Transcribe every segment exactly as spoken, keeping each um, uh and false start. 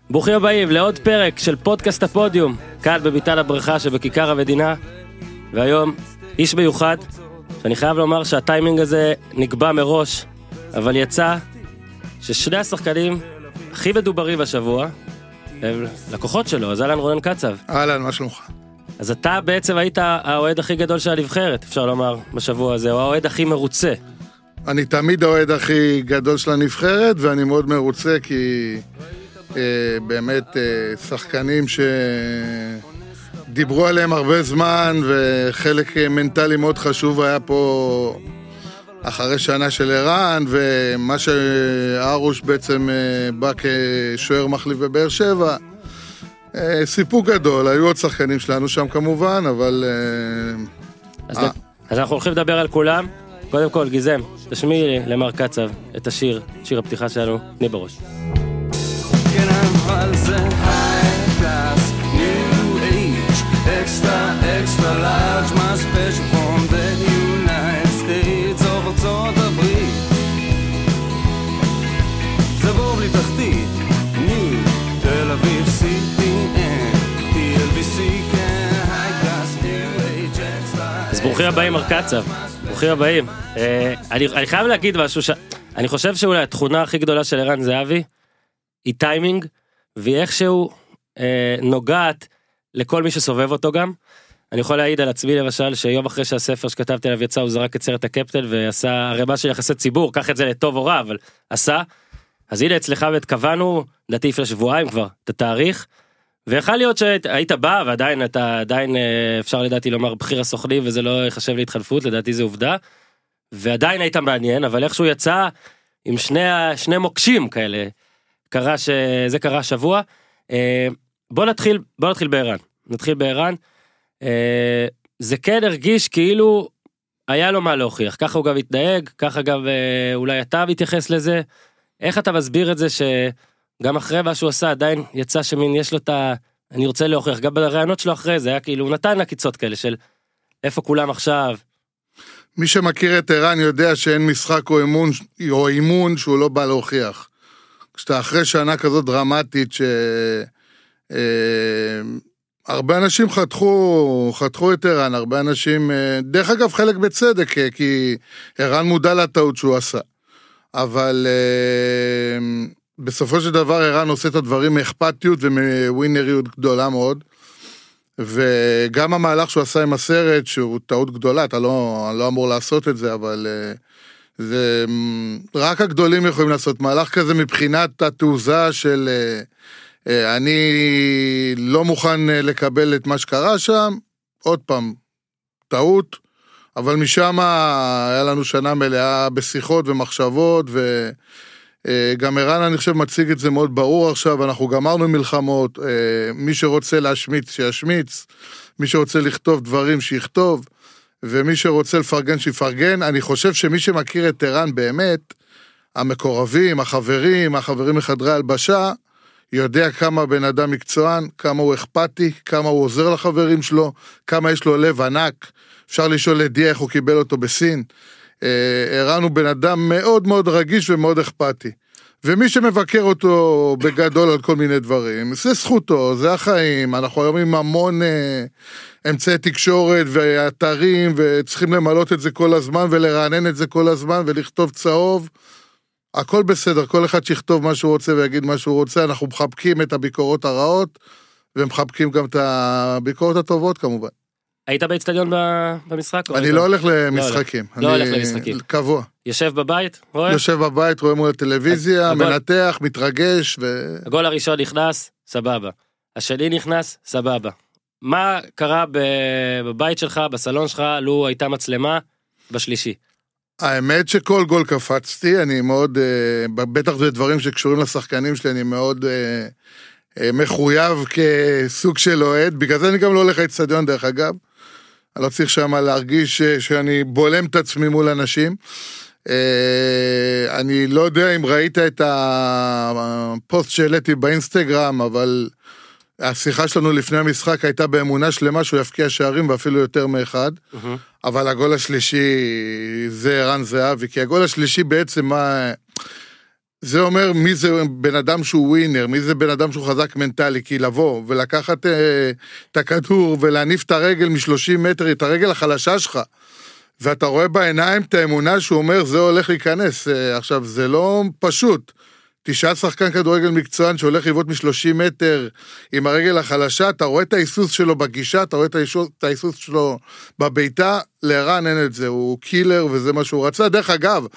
ברוכים הבאים לעוד פרק של פודקאסט הפודיום, כאן בביתן הברכה שבכיכר המדינה, והיום איש מיוחד, שאני חייב לומר שהטיימינג הזה נקבע מראש, אבל יצא ששני השחקנים הכי מדוברים בשבוע, הם לקוחות שלו, אז אהלן רונן קצב. אהלן, מה שלומך? אז אתה בעצם היית האוהד הכי גדול של הנבחרת, אפשר לומר, בשבוע הזה, או האוהד הכי מרוצה. אני תמיד האוהד הכי גדול של הנבחרת, ואני מאוד מרוצה כי אה, באמת אה, שחקנים שדיברו עליהם הרבה זמן, וחלק מנטלי מאוד חשוב היה פה אחרי שנה של ערן, ומה שארוש בעצם אה, בא כשוער מחליף בבאר שבע, אה, סיפוק גדול, היו עוד שחקנים שלנו שם כמובן, אבל... אה, אז, אה. אז אנחנו הולכים לדבר על כולם. קודם כל, גיזם, תשמיעי למר קצב את השיר, שיר הפתיחה שלנו, תני בראש. כן, אבל זה high class, new age, extra, extra large, my special from the United States of ארצות הברית. זה בור בלי תחתית, new, תל אביב, סי טי אן, טי אל וי סי, כן, high class, new age, extra, אז ברוכים הבאים, מר קצב. ברוכים הבאים. אני, אני חייב להגיד משהו ש... אני חושב שאולי התכונה הכי גדולה של ערן זהבי היא טיימינג, והיא איכשהו אה, נוגעת לכל מי שסובב אותו גם. אני יכול להעיד על עצמי למשל, שיום אחרי שהספר שכתבתי עליו יצא, הוא זרק את סרט הקפטן, ועשה הרמה של יחסי ציבור, קח את זה לטוב או רע, אבל עשה. אז הנה אצלך באמת קבענו, לדעתי לפני שבועיים כבר, את התאריך, ויכול להיות שהיית בא, ועדיין אתה עדיין אפשר לדעתי לומר בחיר הסוכנים, וזה לא יחשב להתחלפות, לדעתי זה עובדה, ועדיין היית מעניין, אבל איכשהו יצא עם שני, שני מוקשים כאלה, קרה שזה קרה שבוע. בוא נתחיל, בוא נתחיל בערן, נתחיל בערן, זה כן הרגיש כאילו היה לו מה להוכיח, ככה הוא גם התנהג, ככה גם אולי אתה מתייחס לזה, איך אתה מסביר את זה ש... גם אחרי מה שהוא עשה, עדיין יצא שמין יש לו את ה... אני רוצה להוכיח, גם ברעיונות שלו אחרי זה, היה כאילו, הוא נתן לקיצות כאלה של איפה כולם עכשיו. מי שמכיר את ערן יודע שאין משחק או אימון, או אימון שהוא לא בא להוכיח. כשאתה אחרי שנה כזאת דרמטית, ש... אה, הרבה אנשים חתכו, חתכו את ערן, הרבה אנשים, אה, דרך אגב חלק בצדק, כי ערן מודע לטעות שהוא עשה. אבל... אה, בסופו של דבר ערן עושה את הדברים מאכפתיות ומווינריות גדולה מאוד, וגם המהלך שהוא עשה עם הסרט, שהוא טעות גדולה, אתה לא, לא אמור לעשות את זה, אבל זה, רק הגדולים יכולים לעשות מהלך כזה מבחינת התעוזה של, אני לא מוכן לקבל את מה שקרה שם, עוד פעם, טעות, אבל משם היה לנו שנה מלאה בשיחות ומחשבות ו... גם ערן אני חושב מציג את זה מאוד ברור עכשיו, אנחנו גמרנו מלחמות, מי שרוצה להשמיץ שישמיץ, מי שרוצה לכתוב דברים שיכתוב, ומי שרוצה לפרגן שיפרגן. אני חושב שמי שמכיר את ערן באמת, המקורבים, החברים, החברים מחדרי הלבשה, יודע כמה בן אדם מקצוען, כמה הוא אכפתי, כמה הוא עוזר לחברים שלו, כמה יש לו לב ענק, אפשר לשאול לדיה איך הוא קיבל אותו בסין, ערן הוא בן אדם מאוד מאוד רגיש ומאוד אכפתי, ומי שמבקר אותו בגדול על כל מיני דברים, זה זכותו, זה החיים, אנחנו היום עם המון אה, אמצעי תקשורת ואתרים, וצריכים למלות את זה כל הזמן, ולרענן את זה כל הזמן, ולכתוב צהוב, הכל בסדר, כל אחד שיכתוב מה שהוא רוצה ויגיד מה שהוא רוצה, אנחנו מחבקים את הביקורות הרעות, ומחבקים גם את הביקורות הטובות כמובן. היית באצטדיון במשחק? אני לא הולך למשחקים. לא הולך למשחקים. קבוע. יושב בבית? רואה? יושב בבית, רואה מול הטלוויזיה, מנתח, מתרגש. הגול הראשון נכנס, סבבה. השני נכנס, סבבה. מה קרה בבית שלך, בסלון שלך, לו הייתה מצלמה בשלישי? האמת שכל גול קפצתי, אני מאוד, בטח זה דברים שקשורים לשחקנים שלי, אני מאוד מחויב כסוג של אוהד, בגלל זה אני גם לא הולך לאצטדיון דרך אגב, אני לא צריך שם להרגיש שאני בולם את עצמי מול אנשים. אני לא יודע אם ראית את הפוסט שהעליתי באינסטגרם, אבל השיחה שלנו לפני המשחק הייתה באמונה שלמה שהוא יפקיע שערים ואפילו יותר מאחד, אבל הגול השלישי זה ערן זהבי, כי הגול השלישי בעצם מה... זה אומר מי זה בן אדם שהוא ווינר, מי זה בן אדם שהוא חזק מנטלי, כי לבוא ולקחת אה, את הכדור ולהניף את הרגל מ-שלושים מטר, את הרגל החלשה שלך, ואתה רואה בעיניים את האמונה שהוא אומר, זה הולך להיכנס. אה, עכשיו, זה לא פשוט. תשעה שחקן כדורגל מקצוען שהולך לבעוט מ-שלושים מטר עם הרגל החלשה, אתה רואה את ההיסוס שלו בגישה, אתה רואה את ההיסוס שלו בביתה, לערן אין את זה, הוא קילר וזה מה שהוא רצה. דרך אגב,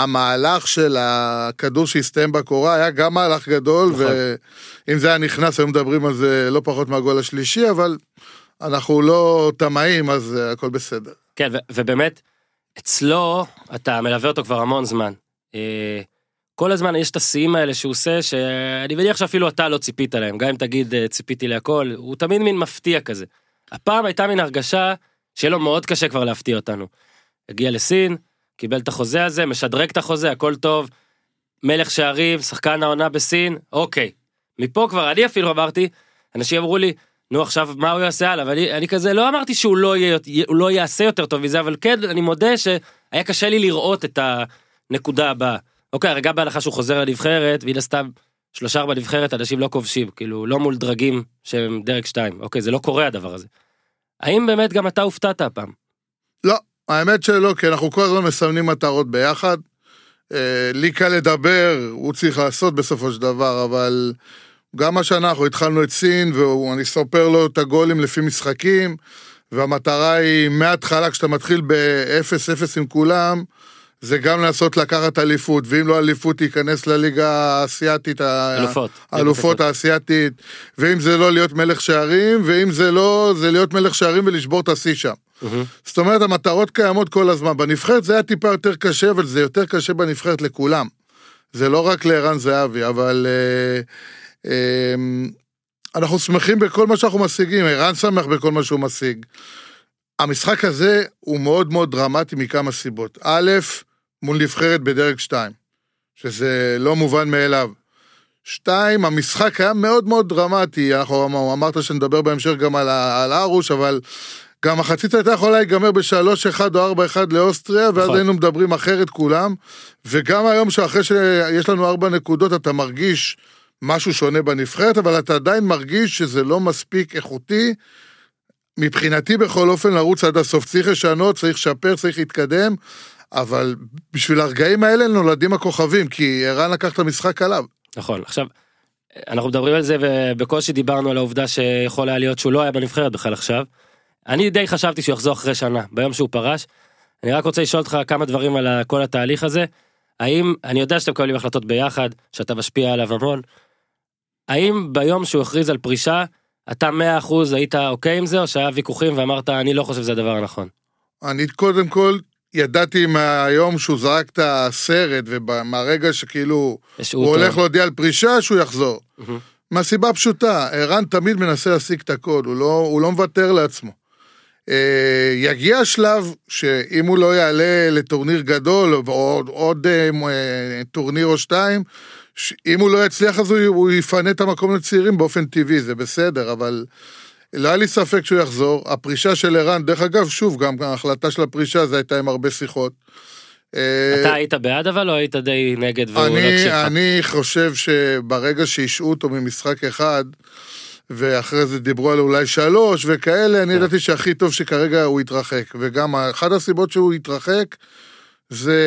המהלך של הכדור שהסתיים בקורה היה גם מהלך גדול, נכון. ואם זה היה נכנס, היום מדברים על זה לא פחות מהגול השלישי, אבל אנחנו לא תמאים, אז הכל בסדר. כן, ו- ובאמת, אצלו, אתה מלווה אותו כבר המון זמן. אה... כל הזמן יש את השיאים האלה שהוא עושה, שאני מניח שאפילו אתה לא ציפית להם, גם אם תגיד ציפיתי להכל, הוא תמיד מין מפתיע כזה. הפעם הייתה מין הרגשה שיהיה לו מאוד קשה כבר להפתיע אותנו. הגיע לסין, קיבל את החוזה הזה, משדרג את החוזה, הכל טוב, מלך שערים, שחקן העונה בסין, אוקיי. מפה כבר, אני אפילו אמרתי, אנשים אמרו לי, נו עכשיו מה הוא יעשה עליו, אני, אני כזה לא אמרתי שהוא לא, יהיה, הוא לא יעשה יותר טוב מזה, אבל כן, אני מודה שהיה קשה לי לראות את הנקודה הבאה. אוקיי, הרגע בהלכה שהוא חוזר לנבחרת, והנה סתם שלושה ארבע נבחרת, אנשים לא כובשים, כאילו לא מול דרגים שהם דרג שתיים. אוקיי, זה לא קורה הדבר הזה. האם באמת גם אתה הופתעת הפעם? לא, האמת שלא, כי אנחנו כל הזמן מסמנים מטרות ביחד. אה, לי קל לדבר, הוא צריך לעשות בסופו של דבר, אבל גם השנה אנחנו התחלנו את סין, ואני סופר לו את הגולים לפי משחקים, והמטרה היא מההתחלה, כשאתה מתחיל ב-אפס אפס עם כולם, זה גם לנסות לקחת אליפות, ואם לא אליפות ייכנס לליגה האסייתית, אלופות, האלופות האסייתית, ואם זה לא להיות מלך שערים, ואם זה לא, זה להיות מלך שערים ולשבור את השיא שם. זאת אומרת, המטרות קיימות כל הזמן. בנבחרת זה היה טיפה יותר קשה, אבל זה יותר קשה בנבחרת לכולם. זה לא רק לערן זהבי, אבל אנחנו שמחים בכל מה שאנחנו משיגים, ערן שמח בכל מה שהוא משיג. המשחק הזה הוא מאוד מאוד דרמטי מכמה סיבות. א', מול נבחרת בדרג שתיים, שזה לא מובן מאליו. שתיים, המשחק היה מאוד מאוד דרמטי, אנחנו אמרת שנדבר בהמשך גם על, על ארוש, אבל גם החצית הייתה יכולה להיגמר בשלוש אחד או ארבע אחד לאוסטריה, ואז היינו מדברים אחרת כולם, וגם היום שאחרי שיש לנו ארבע נקודות, אתה מרגיש משהו שונה בנבחרת, אבל אתה עדיין מרגיש שזה לא מספיק איכותי, מבחינתי בכל אופן לרוץ עד הסוף, צריך לשנות, צריך לשפר, צריך להתקדם, אבל בשביל הרגעים האלה נולדים הכוכבים, כי ערן לקח את המשחק עליו. נכון, עכשיו, אנחנו מדברים על זה, ובקושי דיברנו על העובדה שיכול היה להיות שהוא לא היה בנבחרת בכלל עכשיו. אני די חשבתי שהוא יחזור אחרי שנה, ביום שהוא פרש. אני רק רוצה לשאול אותך כמה דברים על כל התהליך הזה. האם, אני יודע שאתם מקבלים החלטות ביחד, שאתה משפיע עליו המון, האם ביום שהוא הכריז על פרישה, אתה מאה אחוז היית אוקיי עם זה, או שהיה ויכוחים ואמרת, אני לא חושב שזה הדבר הנכון? אני קודם כל ידעתי מהיום שהוא זרק את הסרט, ומהרגע שכאילו הוא הולך להודיע על פרישה, שהוא יחזור. מהסיבה פשוטה, ערן תמיד מנסה להשיג את הקוד, הוא לא, הוא לא מוותר לעצמו. יגיע השלב שאם הוא לא יעלה לטורניר גדול, או עוד טורניר או שתיים, אם הוא לא יצליח אז הוא יפנה את המקום לצעירים באופן טבעי, זה בסדר, אבל לא היה לי ספק שהוא יחזור. הפרישה של ערן, דרך אגב, שוב, גם ההחלטה של הפרישה, זה הייתה עם הרבה שיחות. אתה היית בעד אבל, או היית די נגד והוא לא הקשיב לך? אני חושב שברגע שישעו אותו ממשחק אחד, ואחרי זה דיברו על אולי שלוש וכאלה, אני ידעתי שהכי טוב שכרגע הוא יתרחק, וגם אחת הסיבות שהוא יתרחק, זה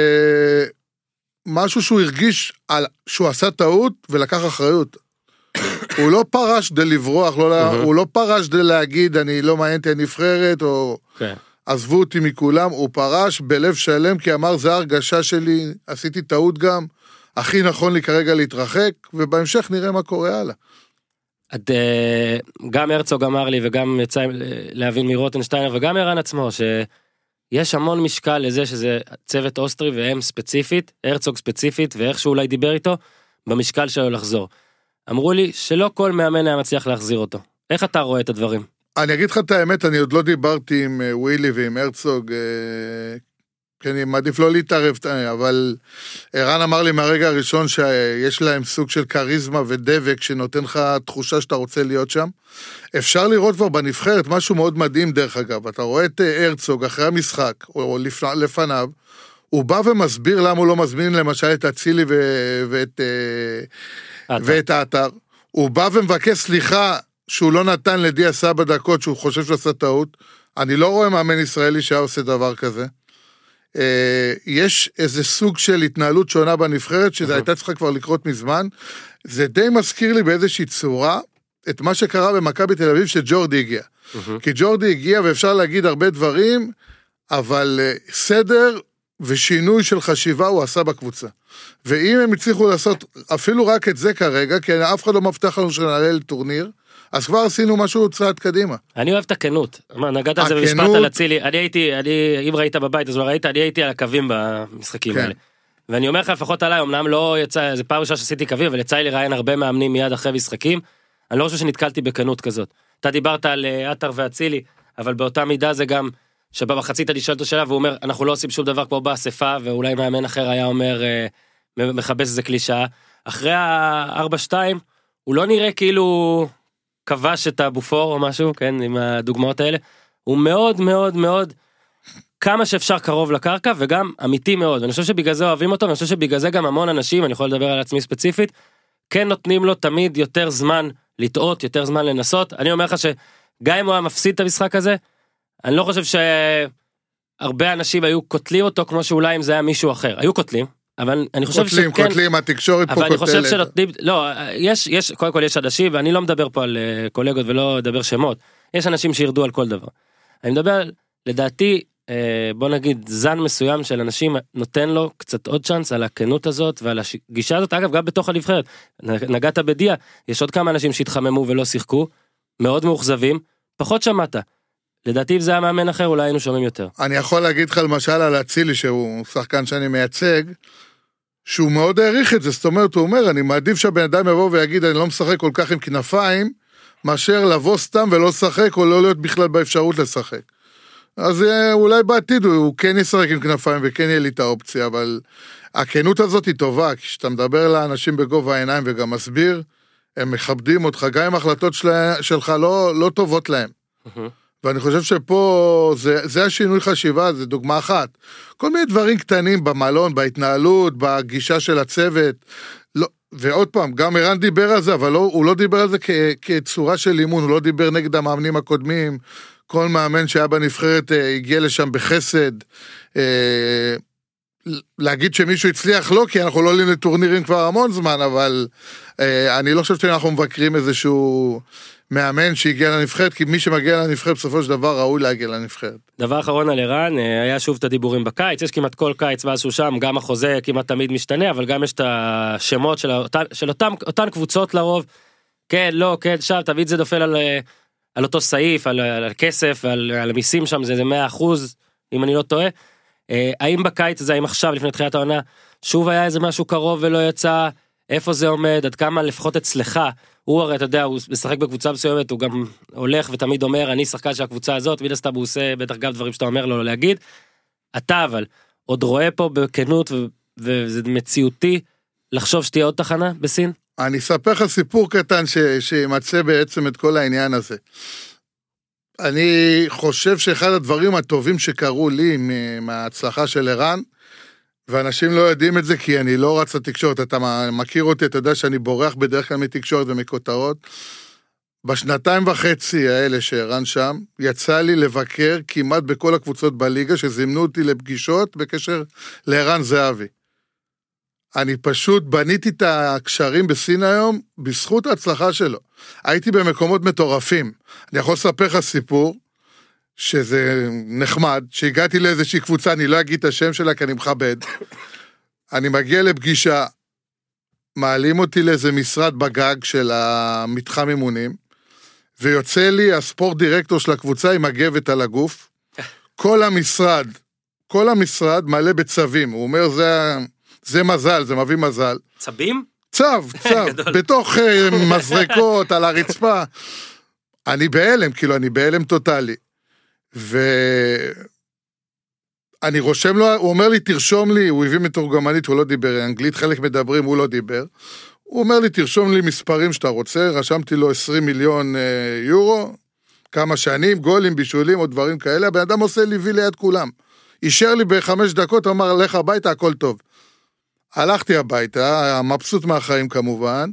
משהו שהוא הרגיש על, שהוא עשה טעות ולקח אחריות. הוא לא פרש די לברוח, לא, הוא לא פרש די להגיד, אני לא מעיינתי הנבחרת, או עזבו אותי מכולם, הוא פרש בלב שלם, כי אמר, זה הרגשה שלי, עשיתי טעות גם, הכי נכון לי כרגע להתרחק, ובהמשך נראה מה קורה הלאה. את, גם הרצוג אמר לי, וגם יצא להבין מרוטנשטיינר, וגם ערן עצמו, שיש המון משקל לזה שזה צוות אוסטרי, והם ספציפית, הרצוג ספציפית, ואיך שהוא אולי דיבר איתו, במשקל שלו לחזור. אמרו לי שלא כל מאמן היה מצליח להחזיר אותו. איך אתה רואה את הדברים? אני אגיד לך את האמת, אני עוד לא דיברתי עם ווילי ועם הרצוג, כי אני מעדיף לא להתערב, אבל ערן אמר לי מהרגע הראשון שיש להם סוג של קריזמה ודבק שנותן לך תחושה שאתה רוצה להיות שם. אפשר לראות כבר בנבחרת משהו מאוד מדהים דרך אגב, אתה רואה את הרצוג אחרי המשחק, או לפניו, הוא בא ומסביר למה הוא לא מזמין למשל את אצילי ו- ואת, ואת האתר. הוא בא ומבקש סליחה שהוא לא נתן לדיה סבא דקות שהוא חושב שעשה טעות. אני לא רואה מאמן ישראלי שהיה עושה דבר כזה. יש איזה סוג של התנהלות שונה בנבחרת, שזה הייתה צריכה כבר לקרות מזמן. זה די מזכיר לי באיזושהי צורה את מה שקרה במכבי תל אביב שג'ורדי הגיע. כי ג'ורדי הגיע ואפשר להגיד הרבה דברים, אבל סדר ושינוי של חשיבה הוא עשה בקבוצה. ואם הם הצליחו לעשות אפילו רק את זה כרגע, כי אף אחד לא מבטח לנו שנעלה לטורניר, אז כבר עשינו משהו צעד קדימה. אני אוהב את הכנות. נגעת על זה במשפט על אצילי. אני הייתי, אני, אם ראית בבית, אז לא ראית, אני הייתי על הקווים במשחקים האלה. ואני אומר לך, לפחות עליי, אמנם לא יצא, זה פעם ראשונה שעשיתי קווים, אבל יצא לי לראיין הרבה מאמנים מיד אחרי משחקים. אני לא חושב שנתקלתי בכנות כזאת. אתה דיברת על עטר ואצילי, אבל באותה מידה זה גם, שבמחצית אני שואל אותו שאלה, והוא אומר, אנחנו לא עושים שום דבר כמו באספה, ואולי מאמן אחר היה אומר, מחבש איזה קלישה. אחרי ה-ארבע שתיים, הוא לא נראה כאילו כבש את הבופור או משהו, כן, עם הדוגמאות האלה. הוא מאוד מאוד מאוד, כמה שאפשר קרוב לקרקע, וגם אמיתי מאוד. ואני חושב שבגלל זה אוהבים אותו, ואני חושב שבגלל זה גם המון אנשים, אני יכול לדבר על עצמי ספציפית, כן נותנים לו תמיד יותר זמן לטעות, יותר זמן לנסות. אני אומר לך שגם אם הוא היה מפסיד את המשחק הזה, אני לא חושב שהרבה אנשים היו קוטלים אותו, כמו שאולי אם זה היה מישהו אחר. היו קוטלים, אבל אני חושב קוטלים, שכן... קוטלים, התקשורת פה אבל קוטלת. אני חושב שנותנים... לא, יש, יש, קודם כל יש אנשים, ואני לא מדבר פה על קולגות ולא מדבר שמות. יש אנשים שירדו על כל דבר. אני מדבר, לדעתי, בוא נגיד, זן מסוים של אנשים נותן לו קצת עוד צ'אנס על הכנות הזאת ועל הגישה הזאת. אגב, גם בתוך הנבחרת, נגעת בדיה, יש עוד כמה אנשים שהתחממו ולא שיחקו, מאוד מאוכזבים, פחות שמעת. לדעתי, אם זה היה מאמן אחר, אולי היינו שומעים יותר. אני יכול להגיד לך למשל על אצילי, שהוא שחקן שאני מייצג, שהוא מאוד העריך את זה, זאת אומרת, הוא אומר, אני מעדיף שהבן אדם יבוא ויגיד, אני לא משחק כל כך עם כנפיים, מאשר לבוא סתם ולא לשחק, או לא להיות בכלל באפשרות לשחק. אז אולי בעתיד הוא כן ישחק עם כנפיים, וכן יהיה לי את האופציה, אבל הכנות הזאת היא טובה, כי כשאתה מדבר לאנשים בגובה העיניים וגם מסביר, הם מכבדים אותך, גם אם ההחלטות שלך לא, לא טובות להם. ואני חושב שפה, זה, זה השינוי חשיבה, זה דוגמה אחת. כל מיני דברים קטנים במלון, בהתנהלות, בגישה של הצוות, לא, ועוד פעם, גם ערן דיבר על זה, אבל לא, הוא לא דיבר על זה כ, כצורה של אימון, הוא לא דיבר נגד המאמנים הקודמים, כל מאמן שהיה בנבחרת הגיע לשם בחסד, להגיד שמישהו הצליח לא, כי אנחנו לא עולים לטורנירים כבר המון זמן, אבל אני לא חושב שאנחנו מבקרים איזשהו מאמן שהגיע לנבחרת, כי מי שמגיע לנבחרת בסופו של דבר ראוי להגיע לנבחרת. דבר אחרון על ערן, היה שוב את הדיבורים בקיץ, יש כמעט כל קיץ משהו שם, גם החוזה כמעט תמיד משתנה, אבל גם יש את השמות של, אותן, של אותם, אותן קבוצות לרוב, כן, לא, כן, שם, תמיד זה דופל על, על אותו סעיף, על, על הכסף, על, על המיסים שם, זה, זה מאה אחוז, אם אני לא טועה. האם בקיץ הזה, האם עכשיו, לפני תחילת העונה, שוב היה איזה משהו קרוב ולא יצא, איפה זה עומד, עד כמה לפחות אצלך, הוא הרי, אתה יודע, הוא משחק בקבוצה מסוימת, הוא גם הולך ותמיד אומר, אני שחקן של הקבוצה הזאת, מן הסתם הוא עושה בטח גם דברים שאתה אומר לו לא להגיד, אתה אבל, עוד רואה פה בכנות, וזה מציאותי, לחשוב שתהיה עוד תחנה בסין? אני אספר לך סיפור קטן, שימצא בעצם את כל העניין הזה. אני חושב שאחד הדברים הטובים שקרו לי, מההצלחה של ערן, ואנשים לא יודעים את זה, כי אני לא רץ לתקשורת, אתה מכיר אותי, אתה יודע שאני בורח בדרך כלל מתקשורת ומכותרות, בשנתיים וחצי האלה שערן שם, יצא לי לבקר כמעט בכל הקבוצות בליגה, שזימנו אותי לפגישות בקשר לערן זהבי. אני פשוט בניתי את הקשרים בסין היום, בזכות ההצלחה שלו. הייתי במקומות מטורפים. אני יכול לספר לך סיפור, שזה נחמד, שהגעתי לאיזושהי קבוצה, אני לא אגיד את השם שלה, כי אני מכבד. אני מגיע לפגישה, מעלים אותי לאיזה משרד בגג של המתחם אימונים, ויוצא לי הספורט דירקטור של הקבוצה עם מגבת על הגוף. כל המשרד, כל המשרד מלא בצווים. הוא אומר, זה, זה מזל, זה מביא מזל. צבים? צב, צב, בתוך מזרקות, על הרצפה. אני בהלם, כאילו, אני בהלם טוטלי. ואני רושם לו, הוא אומר לי, תרשום לי, הוא הביא מתורגמנית, הוא לא דיבר אנגלית, חלק מדברים, הוא לא דיבר. הוא אומר לי, תרשום לי מספרים שאתה רוצה, רשמתי לו עשרים מיליון יורו, כמה שנים, גולים, בישולים, או דברים כאלה, הבן אדם עושה לי וי ליד כולם. אישר לי בחמש דקות, אמר, לך הביתה, הכל טוב. הלכתי הביתה, מבסוט מהחיים כמובן,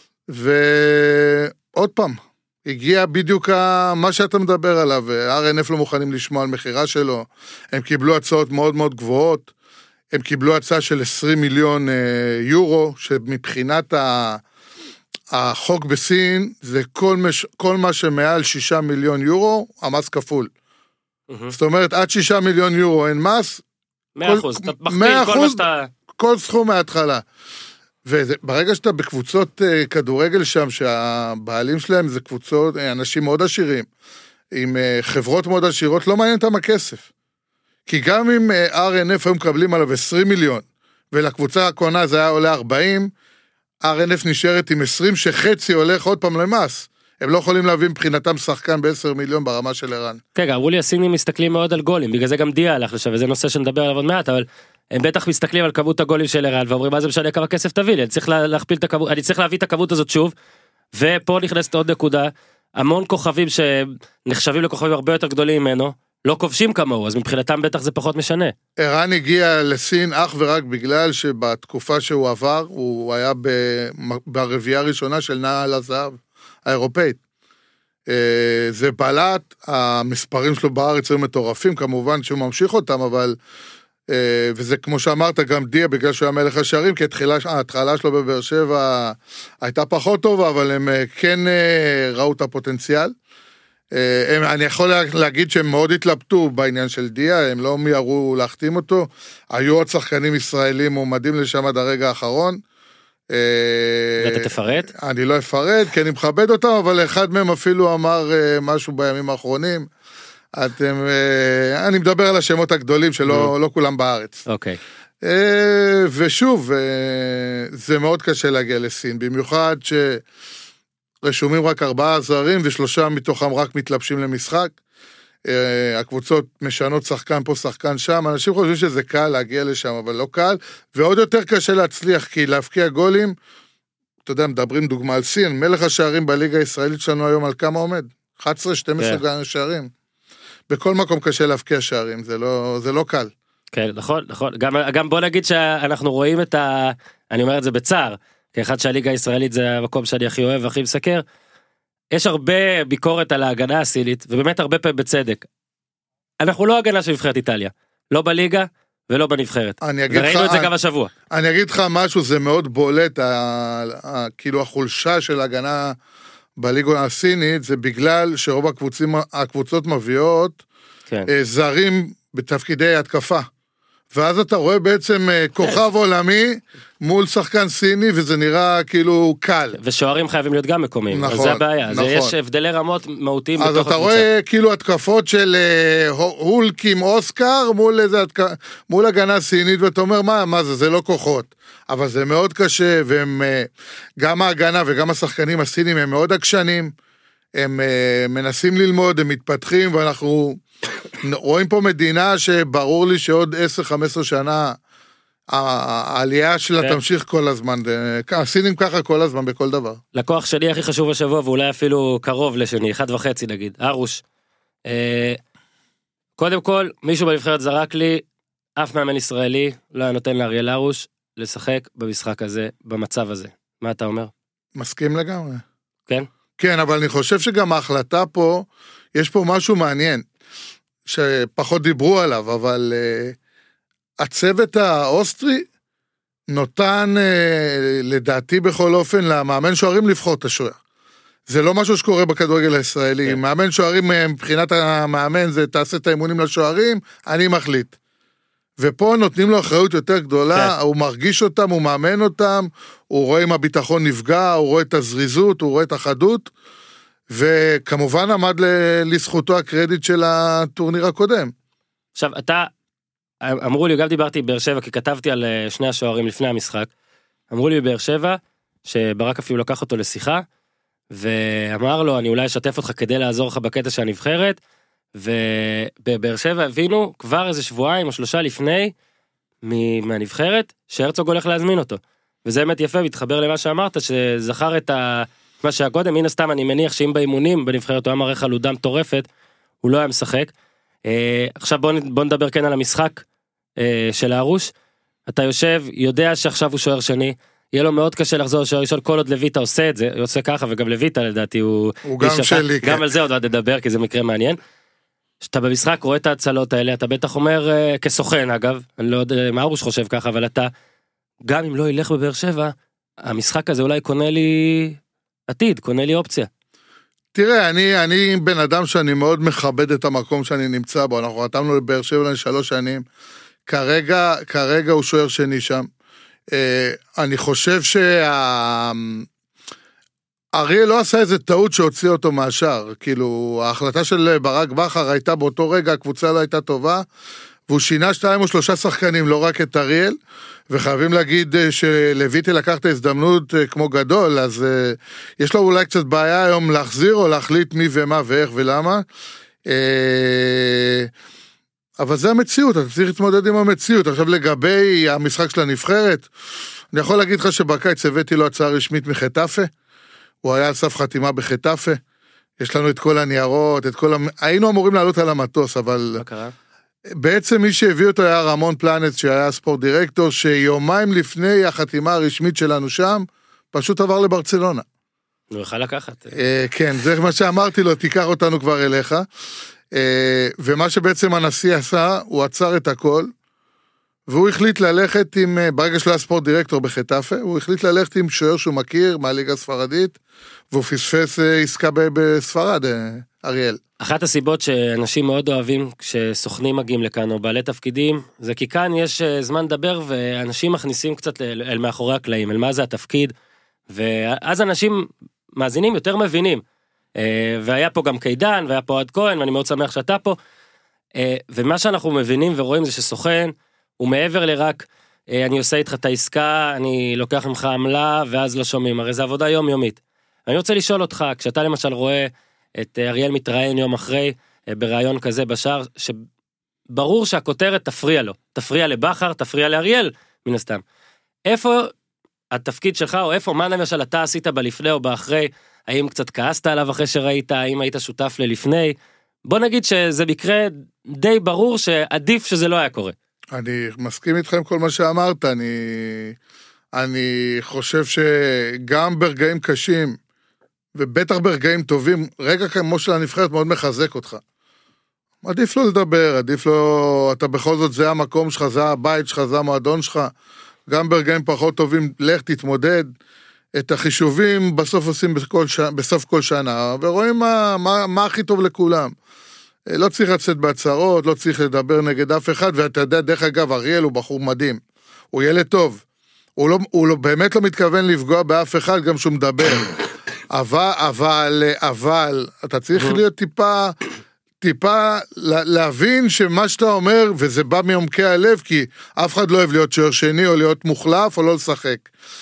ועוד פעם, הגיע בדיוק מה שאתה מדבר עליו, אר אן אף לא מוכנים לשמוע על מחירה שלו, הם קיבלו הצעות מאוד מאוד גבוהות, הם קיבלו הצעה של עשרים מיליון יורו, שמבחינת החוק בסין, זה כל, מש, כל מה שמעל שישה מיליון יורו, המס כפול. Mm-hmm. זאת אומרת, עד שישה מיליון יורו אין מס, מאה אחוז, אתה מכפיל כל מה שאתה... כל סכום מההתחלה. וברגע שאתה בקבוצות כדורגל שם, שהבעלים שלהם זה קבוצות, אנשים מאוד עשירים, עם חברות מאוד עשירות, לא מעניין אותם הכסף. כי גם אם אר אן אף היו מקבלים עליו עשרים מיליון, ולקבוצה הקונה זה היה עולה ארבעים, אר אן אף נשארת עם עשרים, שחצי הולך עוד פעם למס. הם לא יכולים להביא מבחינתם שחקן ב-עשרה מיליון ברמה של ערן. כן, אמרו לי, הסינים מסתכלים מאוד על גולים, בגלל זה גם דיה הלך לשם, וזה נושא שנדבר עליו עוד מעט, אבל הם בטח מסתכלים על כמות הגולים של ערן, ואומרים, מה זה משנה כמה כסף תביא לי, אני צריך להכפיל את הכמות, אני צריך להביא את הכמות הזאת שוב, ופה נכנסת עוד נקודה, המון כוכבים שנחשבים לכוכבים הרבה יותר גדולים ממנו, לא כובשים כמוהו, אז מבחינתם בטח זה פחות משנה. ערן הגיע לסין אך ורק בגלל שבתקופה שהוא עבר, הוא היה ברביעייה הראשונה של נעל הזהב האירופאית. זה בלט, המספרים שלו בארץ היו מטורפים, כמובן שהוא ממשיך אותם, אבל, וזה כמו שאמרת, גם דיה, בגלל שהוא היה מלך השערים, כי ההתחלה שלו בבאר שבע הייתה פחות טובה, אבל הם כן ראו את הפוטנציאל. אני יכול להגיד שהם מאוד התלבטו בעניין של דיה, הם לא מיירו להחתים אותו, היו עוד שחקנים ישראלים מועמדים לשם עד הרגע האחרון. ואתה תפרט? אני לא אפרט, כי אני מכבד אותם, אבל אחד מהם אפילו אמר משהו בימים האחרונים, אתם, אני מדבר על השמות הגדולים שלא לא כולם בארץ. אוקיי. ושוב, זה מאוד קשה להגיע לסין, במיוחד ש... רשומים רק ארבעה זרים, ושלושה מתוכם רק מתלבשים למשחק. הקבוצות משנות שחקן פה, שחקן שם. אנשים חושבים שזה קל להגיע לשם, אבל לא קל. ועוד יותר קשה להצליח, כי להפקיע גולים, אתה יודע, מדברים דוגמה על סין, מלך השערים בליגה הישראלית שלנו היום על כמה עומד? אחת עשרה שתים עשרה שערים. בכל מקום קשה להפקיע שערים, זה לא, זה לא קל. כן, נכון, נכון. גם, גם בוא נגיד שאנחנו רואים את ה... אני אומר את זה בצער, כאחד שהליגה הישראלית זה המקום שאני הכי אוהב והכי מסקר, יש הרבה ביקורת על ההגנה הסינית, ובאמת הרבה פעמים בצדק. אנחנו לא הגנה של נבחרת איטליה, לא בליגה ולא בנבחרת. וראינו לך, את זה גם השבוע. אני אגיד לך משהו, זה מאוד בולט, ה, ה, כאילו החולשה של ההגנה בליגה הסינית, זה בגלל שרוב הקבוצים, הקבוצות מביאות כן. זרים בתפקידי התקפה. ואז אתה רואה בעצם כוכב עולמי מול שחקן סיני, וזה נראה כאילו קל. ושוערים חייבים להיות גם מקומיים, נכון, אז זה הבעיה. נכון. זה יש הבדלי רמות מהותיים בתוך הקבוצה. אז אתה רואה כאילו התקפות של הולק עם אוסקר, מול, איזה, מול הגנה סינית, ואתה אומר, מה, מה זה, זה לא כוחות. אבל זה מאוד קשה, והם, גם ההגנה וגם השחקנים הסינים הם מאוד עקשנים, הם מנסים ללמוד, הם מתפתחים, ואנחנו... רואים פה מדינה שברור לי שעוד עשר חמש עשרה שנה העלייה שלה תמשיך כל הזמן, הסינים ככה כל הזמן בכל דבר. לקוח שלי הכי חשוב השבוע ואולי אפילו קרוב לשני, אחד וחצי נגיד, ארוש. קודם כל, מישהו בנבחרת זרק לי, אף מאמן ישראלי לא היה נותן לאריאל ארוש לשחק במשחק הזה, במצב הזה. מה אתה אומר? מסכים לגמרי. כן? כן, אבל אני חושב שגם ההחלטה פה, יש פה משהו מעניין. שפחות דיברו עליו, אבל uh, הצוות האוסטרי נותן, uh, לדעתי בכל אופן, למאמן שוערים לבחור את השוער. זה לא משהו שקורה בכדורגל הישראלי. כן. מאמן שוערים, מבחינת המאמן, זה תעשה את האימונים לשוערים, אני מחליט. ופה נותנים לו אחריות יותר גדולה, כן. הוא מרגיש אותם, הוא מאמן אותם, הוא רואה אם הביטחון נפגע, הוא רואה את הזריזות, הוא רואה את החדות, וכמובן עמד לזכותו הקרדיט של הטורניר הקודם. עכשיו, אתה, אמרו לי, גם דיברתי באר שבע, כי כתבתי על שני השוערים לפני המשחק, אמרו לי בבאר שבע, שברק אפילו לקח אותו לשיחה, ואמר לו, אני אולי אשתף אותך כדי לעזור לך בקטע של הנבחרת, ובבאר שבע הבינו, כבר איזה שבועיים או שלושה לפני, מהנבחרת, שהרצוג הולך להזמין אותו. וזה באמת יפה, מתחבר למה שאמרת, שזכר את ה... מה שהקודם, הנה סתם אני מניח שאם באימונים בנבחרת הוא אמר איך חלודה מטורפת, הוא לא היה משחק. עכשיו בוא, בוא נדבר כן על המשחק של הארוש. אתה יושב, יודע שעכשיו הוא שוער שני, יהיה לו מאוד קשה לחזור לשוער ראשון, כל עוד לויטה עושה את זה, הוא עושה ככה, וגם לויטה לדעתי הוא... הוא גם שלי, גם כן. על זה עוד עוד נדבר, כי זה מקרה מעניין. שאתה במשחק רואה את ההצלות האלה, אתה בטח אומר, כסוכן אגב, אני לא יודע מה ארוש חושב ככה, אבל אתה, גם אם לא ילך בבאר שבע, המשחק הזה אולי קונה לי עתיד, קונה לי אופציה. תראה, אני, אני בן אדם שאני מאוד מכבד את המקום שאני נמצא בו, אנחנו חתמנו לבאר שבע לשלוש שנים, כרגע, כרגע הוא שוער שני שם. אני חושב שה... אריאל לא עשה איזה טעות שהוציא אותו מהשאר, כאילו, ההחלטה של ברק בכר הייתה באותו רגע, הקבוצה לא הייתה טובה, והוא שינה שתיים או שלושה שחקנים, לא רק את אריאל, וחייבים להגיד שלויטה לקח את ההזדמנות כמו גדול, אז יש לו אולי קצת בעיה היום להחזיר או להחליט מי ומה ואיך ולמה, אבל זה המציאות, אתה צריך להתמודד עם המציאות. עכשיו לגבי המשחק של הנבחרת, אני יכול להגיד לך שבקיץ הבאתי לו הצעה רשמית מחטאפה, הוא היה על סף חתימה בחטאפה, יש לנו את כל הניירות, את כל המ... היינו אמורים לעלות על המטוס, אבל... מה קרה? בעצם מי שהביא אותו היה רמון פלנט, שהיה ספורט דירקטור, שיומיים לפני החתימה הרשמית שלנו שם, פשוט עבר לברצלונה. הוא יוכל לקחת. כן, זה מה שאמרתי לו, תיקח אותנו כבר אליך. ומה שבעצם הנשיא עשה, הוא עצר את הכל, והוא החליט ללכת עם, ברגע שלא היה ספורט דירקטור בחטאפה, הוא החליט ללכת עם שוער שהוא מכיר, מהליגה הספרדית, והוא פספס עסקה בספרד, אריאל. אחת הסיבות שאנשים מאוד אוהבים כשסוכנים מגיעים לכאן, או בעלי תפקידים, זה כי כאן יש זמן לדבר, ואנשים מכניסים קצת אל, אל מאחורי הקלעים, אל מה זה התפקיד, ואז אנשים מאזינים יותר מבינים, והיה פה גם קידן, והיה פה עד כהן, ואני מאוד שמח שאתה פה, ומה שאנחנו מבינים ורואים זה שסוכן, הוא מעבר לרק, אני עושה איתך את העסקה, אני לוקח ממך עמלה, ואז לא שומעים, הרי זה עבודה יומיומית. אני רוצה לשאול אותך, כשאתה למשל רואה את אריאל מתראיין יום אחרי, ברעיון כזה בשער, שברור שהכותרת תפריע לו, תפריע לבחר, תפריע לאריאל, מן הסתם. איפה התפקיד שלך, או איפה, מה למשל אתה עשית בלפני או באחרי, האם קצת כעסת עליו אחרי שראית, האם היית שותף ללפני, בוא נגיד שזה מקרה די ברור שעדיף שזה לא היה קורה. אני מסכים איתך עם כל מה שאמרת, אני, אני חושב שגם ברגעים קשים, ובטח ברגעים טובים, רגע כמו של הנבחרת מאוד מחזק אותך. עדיף לא לדבר, עדיף לא, אתה בכל זאת זה המקום שלך, זה הבית שלך, זה המועדון שלך, גם ברגעים פחות טובים, לך תתמודד, את החישובים בסוף עושים בכל ש... בסוף כל שנה, ורואים מה, מה, מה הכי טוב לכולם. לא צריך לצאת בהצהרות, לא צריך לדבר נגד אף אחד, ואתה יודע, דרך אגב, אריאל הוא בחור מדהים, הוא ילד טוב, הוא, לא, הוא לא, באמת לא מתכוון לפגוע באף אחד, גם שהוא מדבר, אבל, אבל, אבל, אתה צריך להיות טיפה, טיפה להבין שמה שאתה אומר, וזה בא מעומקי הלב, כי אף אחד לא אוהב להיות שוער שני, או להיות מוחלף, או לא לשחק.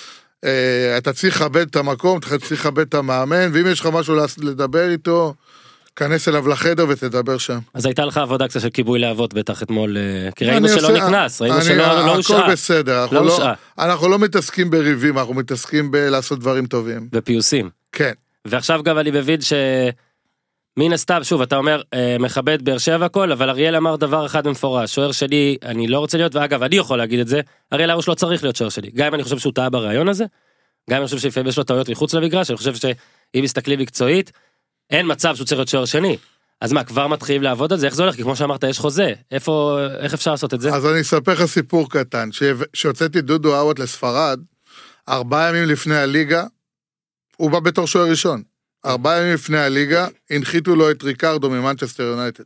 אתה צריך לכבד את המקום, אתה צריך לכבד את המאמן, ואם יש לך משהו לדבר איתו, כנס אליו לחדר ותדבר שם. אז הייתה לך עבודה קצת של כיבוי להבות בטח אתמול, כי ראינו שלא נכנס, ראינו שלא הושעה. הכל בסדר, אנחנו לא מתעסקים בריבים, אנחנו מתעסקים בלעשות דברים טובים. בפיוסים. כן. ועכשיו גם אני מבין שמן הסתם, שוב, אתה אומר, מכבד באר שבע הכל, אבל אריאל אמר דבר אחד במפורש, שוער שלי, אני לא רוצה להיות, ואגב, אני יכול להגיד את זה, אריאל הרוש לא צריך להיות שוער שלי, גם אם אני חושב שהוא טעה ברעיון הזה, גם אם אני חושב שלפעמים יש לו טעויות מחוץ למגרש, אני חושב שאם מסתכלים מקצועית, אין מצב שהוא צריך להיות שוער שני. אז מה, כבר מתחילים לעבוד על זה? איך זה הולך? כי כמו שאמרת, יש חוזה. איפה, איך אפשר לעשות את זה? אז אני אספר לך סיפור קטן, שהוצאתי דודו אאוט לספרד, ארבעה ימים לפני הליגה, הוא בא בתור שוער ראשון. ארבעה ימים לפני הליגה, הנחיתו לו את ריקרדו ממנצ'סטר יונייטד.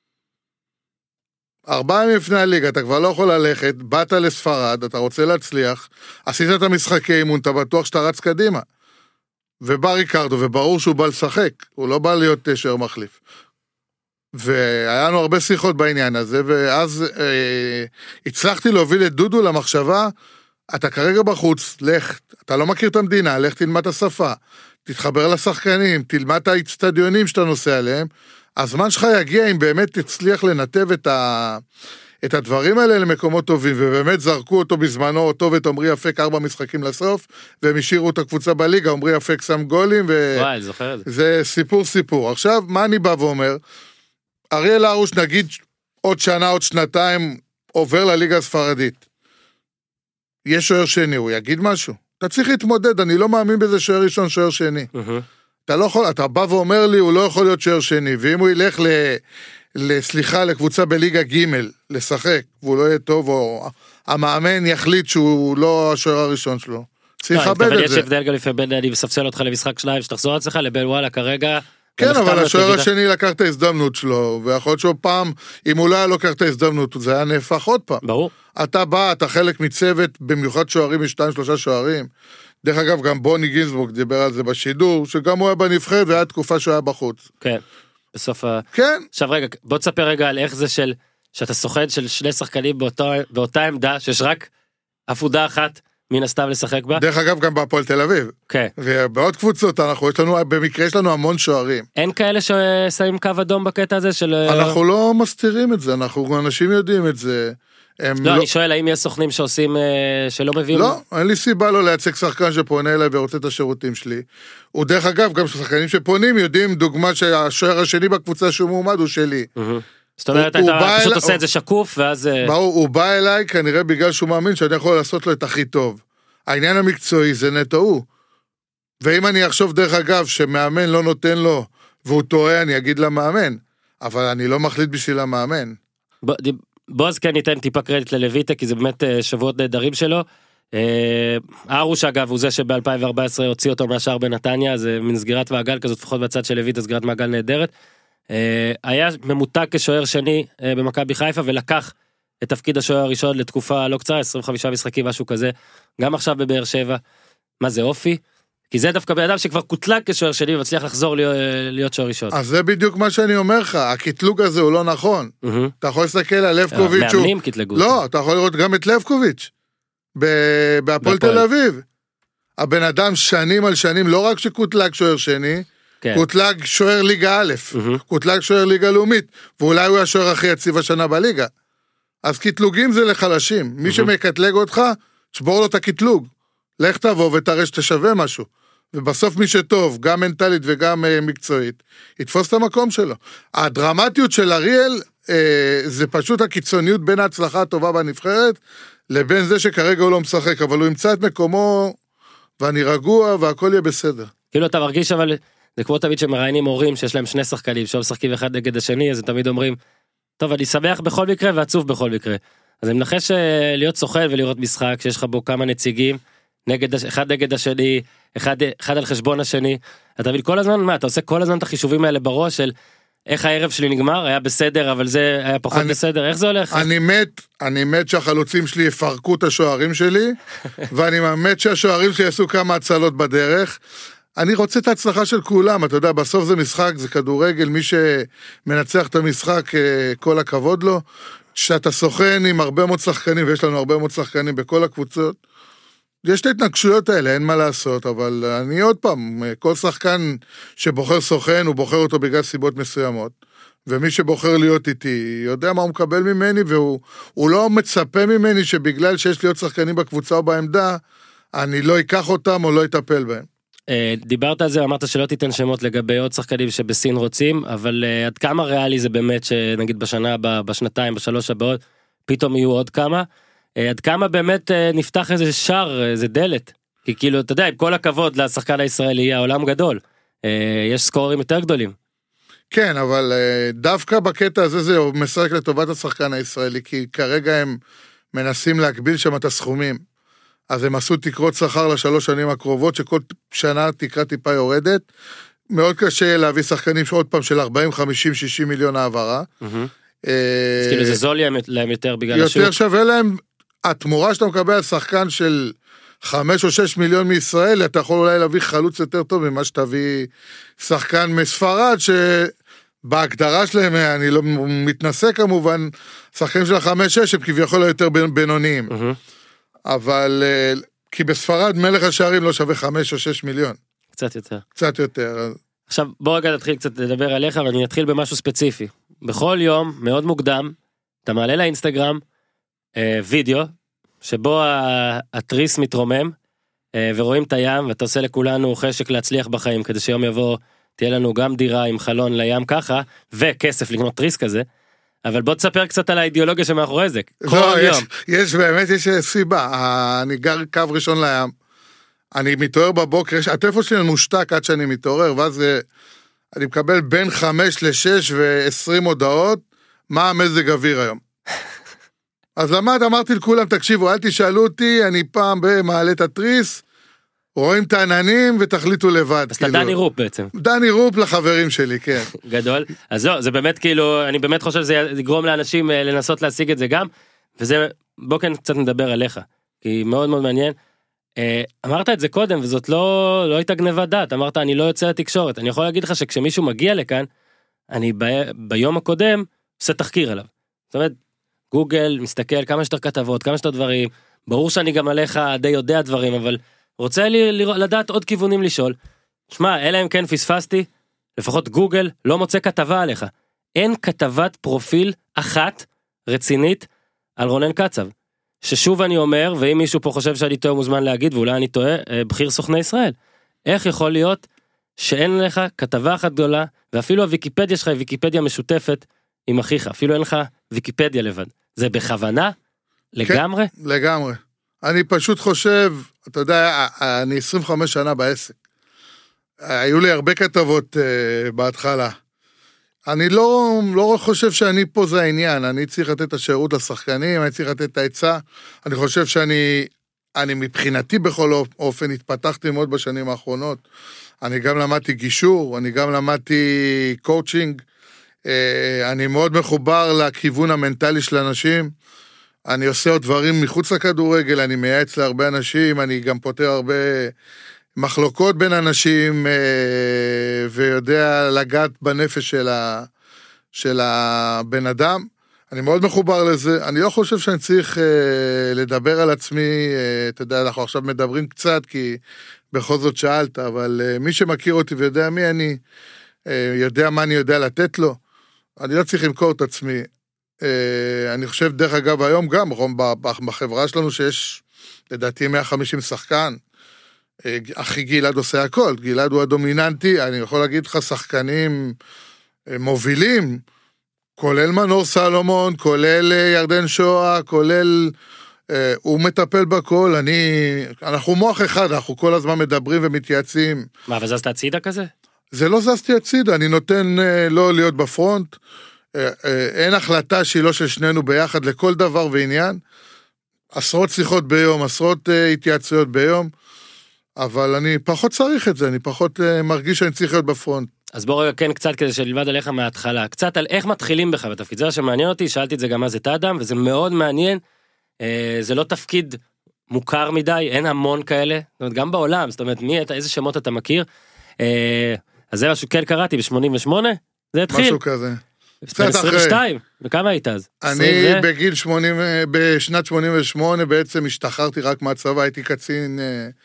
ארבעה ימים לפני הליגה, אתה כבר לא יכול ללכת, באת לספרד, אתה רוצה להצליח, עשית את המשחקי אימון, אתה בטוח שאתה רץ קדימה. ובא ריקרדו, וברור שהוא בא לשחק, הוא לא בא להיות שוער מחליף. והיה לנו הרבה שיחות בעניין הזה, ואז אה, הצלחתי להוביל את דודו למחשבה, אתה כרגע בחוץ, לך, אתה לא מכיר את המדינה, לך תלמד את השפה, תתחבר לשחקנים, תלמד את האצטדיונים שאתה נוסע עליהם, הזמן שלך יגיע אם באמת תצליח לנתב את, ה, את הדברים האלה למקומות טובים, ובאמת זרקו אותו בזמנו, אותו ואת עומרי אפק ארבע משחקים לסוף, והם השאירו את הקבוצה בליגה, עומרי אפק שם גולים, ו... וואי, זוכר את זה. זה סיפור סיפור. עכשיו, מה אני בא ואומר? אריאל הרוש נגיד עוד שנה, עוד שנתיים, עובר לליגה הספרדית. יש שוער שני, הוא יגיד משהו. אתה צריך להתמודד, אני לא מאמין בזה שוער ראשון, שוער שני. אתה לא יכול, אתה בא ואומר לי, הוא לא יכול להיות שוער שני, ואם הוא ילך ל... לסליחה, לקבוצה בליגה ג' לשחק, והוא לא יהיה טוב, או המאמן יחליט שהוא לא השוער הראשון שלו. צריך לכבד את זה. יש הבדל גם לפעמים בין אני מספסל אותך למשחק שניים, שתחזור אצלך לבין וואלה כרגע. כן, אבל השוער השני לקח את ההזדמנות שלו, ויכול להיות שהוא פעם, אם הוא לא היה לוקח את ההזדמנות, זה היה נהפך עוד פעם. ברור. אתה בא, אתה חלק מצוות, במיוחד שוערים משתיים, שלושה שוערים. דרך אגב, גם בוני גינסבורג דיבר על זה בשידור, שגם הוא היה בנבחרת, והיה תקופה שהוא היה בחוץ. כן, בסוף ה... כן. עכשיו רגע, בוא תספר רגע על איך זה של, שאתה סוחד של שני שחקנים באותו, באותה עמדה, שיש רק עפודה אחת, מן הסתם לשחק בה. דרך אגב, גם בהפועל תל אביב. כן. ובעוד קבוצות, אנחנו, יש לנו, במקרה יש לנו המון שוערים. אין כאלה ששמים קו אדום בקטע הזה של... אנחנו לא מסתירים את זה, אנחנו, אנשים יודעים את זה. לא, לא, אני שואל, האם יש סוכנים שעושים, שלא מביאים... לא, אין לי סיבה לא לייצג שחקן שפונה אליי ורוצה את השירותים שלי. ודרך אגב, גם שחקנים שפונים יודעים, דוגמה שהשוער השני בקבוצה שהוא מועמד הוא שלי. זאת אומרת, אתה פשוט עושה את זה שקוף, ואז... ברור, הוא בא אליי כנראה בגלל שהוא מאמין שאני יכול לעשות לו את הכי טוב. העניין המקצועי זה נטו הוא. ואם אני אחשוב דרך אגב שמאמן לא נותן לו, והוא טועה, אני אגיד למאמן. אבל אני לא מחליט בשביל המאמן. בוא אז כן ניתן טיפה קרדיט ללויטה, כי זה באמת שבועות נהדרים שלו. ארוש אגב הוא זה שב-אלפיים וארבע עשרה הוציא אותו מהשאר בנתניה, זה מין סגירת מעגל כזאת, לפחות בצד של לויטה, סגירת מעגל נהדרת. היה ממותג כשוער שני במכבי חיפה, ולקח את תפקיד השוער הראשון לתקופה לא קצרה, עשרים וחמישה משחקים, משהו כזה, גם עכשיו בבאר שבע. מה זה אופי? כי זה דווקא באדם שכבר קוטלג כשוער שני, ומצליח לחזור להיות שוער ראשון. אז זה בדיוק מה שאני אומר לך, הקטלוג הזה הוא לא נכון. אתה יכול להסתכל על לבקוביץ' מאמנים קטלגו. לא, אתה יכול לראות גם את לבקוביץ' בהפועל תל אביב. הבן אדם שנים על שנים, לא רק שקוטלג שוער שני, קוטלג שוער ליגה א', קוטלג שוער ליגה לאומית, ואולי הוא השוער הכי יציב השנה בליגה. אז קטלוגים זה לחלשים, מי שמקטלג אותך, תשבור לו את הקטלוג, לך תבוא ותראה שתשווה משהו, ובסוף מי שטוב, גם מנטלית וגם אה, מקצועית, יתפוס את המקום שלו. הדרמטיות של אריאל, אה, זה פשוט הקיצוניות בין ההצלחה הטובה בנבחרת, לבין זה שכרגע הוא לא משחק, אבל הוא ימצא את מקומו, ואני רגוע, והכל יהיה בסדר. כאילו אתה מרגיש אבל, זה כמו תמיד שמראיינים הורים, שיש להם שני שחקנים, שהם משחקים אחד נגד השני, אז הם תמיד אומרים, טוב, אני שמח בכל מקרה ועצוב בכל מקרה. אז אני מנחש להיות סוכן ולראות משחק, שיש לך בו כמה נציגים, נגד, אחד נגד השני, אחד, אחד על חשבון השני. אתה מבין כל הזמן, מה, אתה עושה כל הזמן את החישובים האלה בראש של איך הערב שלי נגמר, היה בסדר, אבל זה היה פחות אני, בסדר, איך זה הולך? אני מת, אני מת שהחלוצים שלי יפרקו את השוערים שלי, ואני מת שהשוערים שלי יעשו כמה הצלות בדרך. אני רוצה את ההצלחה של כולם, אתה יודע, בסוף זה משחק, זה כדורגל, מי שמנצח את המשחק, כל הכבוד לו, שאתה סוכן עם הרבה מאוד שחקנים, ויש לנו הרבה מאוד שחקנים בכל הקבוצות, יש את ההתנגשויות האלה, אין מה לעשות, אבל אני עוד פעם, כל שחקן שבוחר סוכן, הוא בוחר אותו בגלל סיבות מסוימות, ומי שבוחר להיות איתי, יודע מה הוא מקבל ממני, והוא לא מצפה ממני שבגלל שיש לי עוד שחקנים בקבוצה או בעמדה, אני לא אקח אותם או לא אטפל בהם. דיברת על זה, אמרת שלא תיתן שמות לגבי עוד שחקנים שבסין רוצים, אבל עד כמה ריאלי זה באמת שנגיד בשנה, בשנתיים, בשלוש הבאות, פתאום יהיו עוד כמה, עד כמה באמת נפתח איזה שער, איזה דלת, כי כאילו, אתה יודע, עם כל הכבוד לשחקן הישראלי, העולם גדול, יש סקורים יותר גדולים. כן, אבל דווקא בקטע הזה זה משחק לטובת השחקן הישראלי, כי כרגע הם מנסים להגביל שם את הסכומים, אז הם עשו תקרות שכר לשלוש שנים הקרובות, שכל שנה תקרה טיפה יורדת, מאוד קשה להביא שחקנים שעוד פעם של ארבעים, חמישים, שישים מיליון העברה. אז כאילו זה זול להם יותר בגלל השוק? יותר שווה להם, התמורה שאתה מקבל על שחקן של חמש או שש מיליון מישראל, אתה יכול אולי להביא חלוץ יותר טוב ממה שתביא שחקן מספרד, שבהגדרה שלהם, אני לא מתנסה כמובן, שחקנים של החמש שש, הם כביכול יותר בינוניים. אבל, כי בספרד מלך השערים לא שווה חמש או שש מיליון. קצת יותר. קצת יותר. עכשיו בוא רגע נתחיל קצת לדבר עליך, ואני אתחיל במשהו ספציפי. בכל יום, מאוד מוקדם, אתה מעלה לאינסטגרם אה, וידאו, שבו התריס מתרומם, אה, ורואים את הים, ואתה עושה לכולנו חשק להצליח בחיים, כדי שיום יבוא תהיה לנו גם דירה עם חלון לים ככה, וכסף לקנות תריס כזה, אבל בוא תספר קצת על האידיאולוגיה שמאחורי זה, כל לא, יום. יש, יש באמת, יש סיבה, אני גר קו ראשון לים, אני מתעורר בבוקר, הטלפון שלי מושתק עד שאני מתעורר, ואז אני מקבל בין חמש לשש ועשרים הודעות, מה המזג אוויר היום. אז למד, אמרתי לכולם, תקשיבו, אל תשאלו אותי, אני פעם במעלה את התריס, רואים את העננים ותחליטו לבד. אז אתה דני רופ בעצם. דני רופ לחברים שלי, כן. גדול. אז לא, זה באמת כאילו, אני באמת חושב שזה יגרום לאנשים לנסות להשיג את זה גם, וזה, בוא כן קצת נדבר עליך, כי מאוד מאוד מעניין. אמרת את זה קודם, וזאת לא, לא הייתה גניבת דעת, אמרת אני לא יוצא לתקשורת, אני יכול להגיד לך שכשמישהו מגיע לכאן, אני ב, ביום הקודם עושה תחקיר עליו. זאת אומרת, גוגל מסתכל כמה שיותר כתבות, כמה שיותר דברים, ברור שאני גם עליך די יודע דברים, אבל רוצה לי לדעת עוד כיוונים לשאול. שמע, אלא אם כן פספסתי, לפחות גוגל לא מוצא כתבה עליך. אין כתבת פרופיל אחת רצינית על רונן קצב. ששוב אני אומר, ואם מישהו פה חושב שאני טועה מוזמן להגיד, ואולי אני טועה, בחיר סוכני ישראל. איך יכול להיות שאין לך כתבה אחת גדולה, ואפילו הוויקיפדיה שלך היא ויקיפדיה משותפת עם אחיך, אפילו אין לך ויקיפדיה לבד. זה בכוונה? לגמרי? כן, לגמרי. אני פשוט חושב, אתה יודע, אני עשרים וחמש שנה בעסק. היו לי הרבה כתבות uh, בהתחלה. אני לא, לא חושב שאני פה זה העניין, אני צריך לתת את השירות לשחקנים, אני צריך לתת את העצה. אני חושב שאני, אני מבחינתי בכל אופן התפתחתי מאוד בשנים האחרונות. אני גם למדתי גישור, אני גם למדתי קואוצ'ינג, אני מאוד מחובר לכיוון המנטלי של אנשים, אני עושה עוד דברים מחוץ לכדורגל, אני מייעץ להרבה אנשים, אני גם פותר הרבה מחלוקות בין אנשים, ויודע לגעת בנפש של, ה, של הבן אדם, אני מאוד מחובר לזה, אני לא חושב שאני צריך לדבר על עצמי, אתה יודע, אנחנו עכשיו מדברים קצת, כי בכל זאת שאלת, אבל מי שמכיר אותי ויודע מי אני, יודע מה אני יודע לתת לו, אני לא צריך למכור את עצמי. אני חושב, דרך אגב, היום גם, בחברה שלנו שיש, לדעתי, מאה וחמישים שחקן, אחי גלעד עושה הכל, גלעד הוא הדומיננטי, אני יכול להגיד לך, שחקנים מובילים, כולל מנור סלומון, כולל ירדן שואה, כולל, הוא מטפל בכל, אני, אנחנו מוח אחד, אנחנו כל הזמן מדברים ומתייעצים. מה, וזזת הצידה כזה? זה לא זזתי הצידה, אני נותן לא להיות בפרונט, אין החלטה שהיא לא של שנינו ביחד לכל דבר ועניין, עשרות שיחות ביום, עשרות התייעצויות ביום, אבל אני פחות צריך את זה, אני פחות מרגיש שאני צריך להיות בפרונט. אז בוא רגע כן קצת כדי שלבד עליך מההתחלה, קצת על איך מתחילים בך בתפקיד, זה שמעניין אותי, שאלתי את זה גם אז את אדם, וזה מאוד מעניין, זה לא תפקיד מוכר מדי, אין המון כאלה, זאת אומרת, גם בעולם, זאת אומרת, מי, איזה שמות אתה מכיר, אז זה משהו כן קראתי ב-שמונים ושמונה, זה התחיל. משהו כזה. עשרים ושתיים, וכמה היית אז? אני בגיל שמונים, בשנת שמונים ושמונה בעצם השתחררתי רק מהצבא, הייתי קצין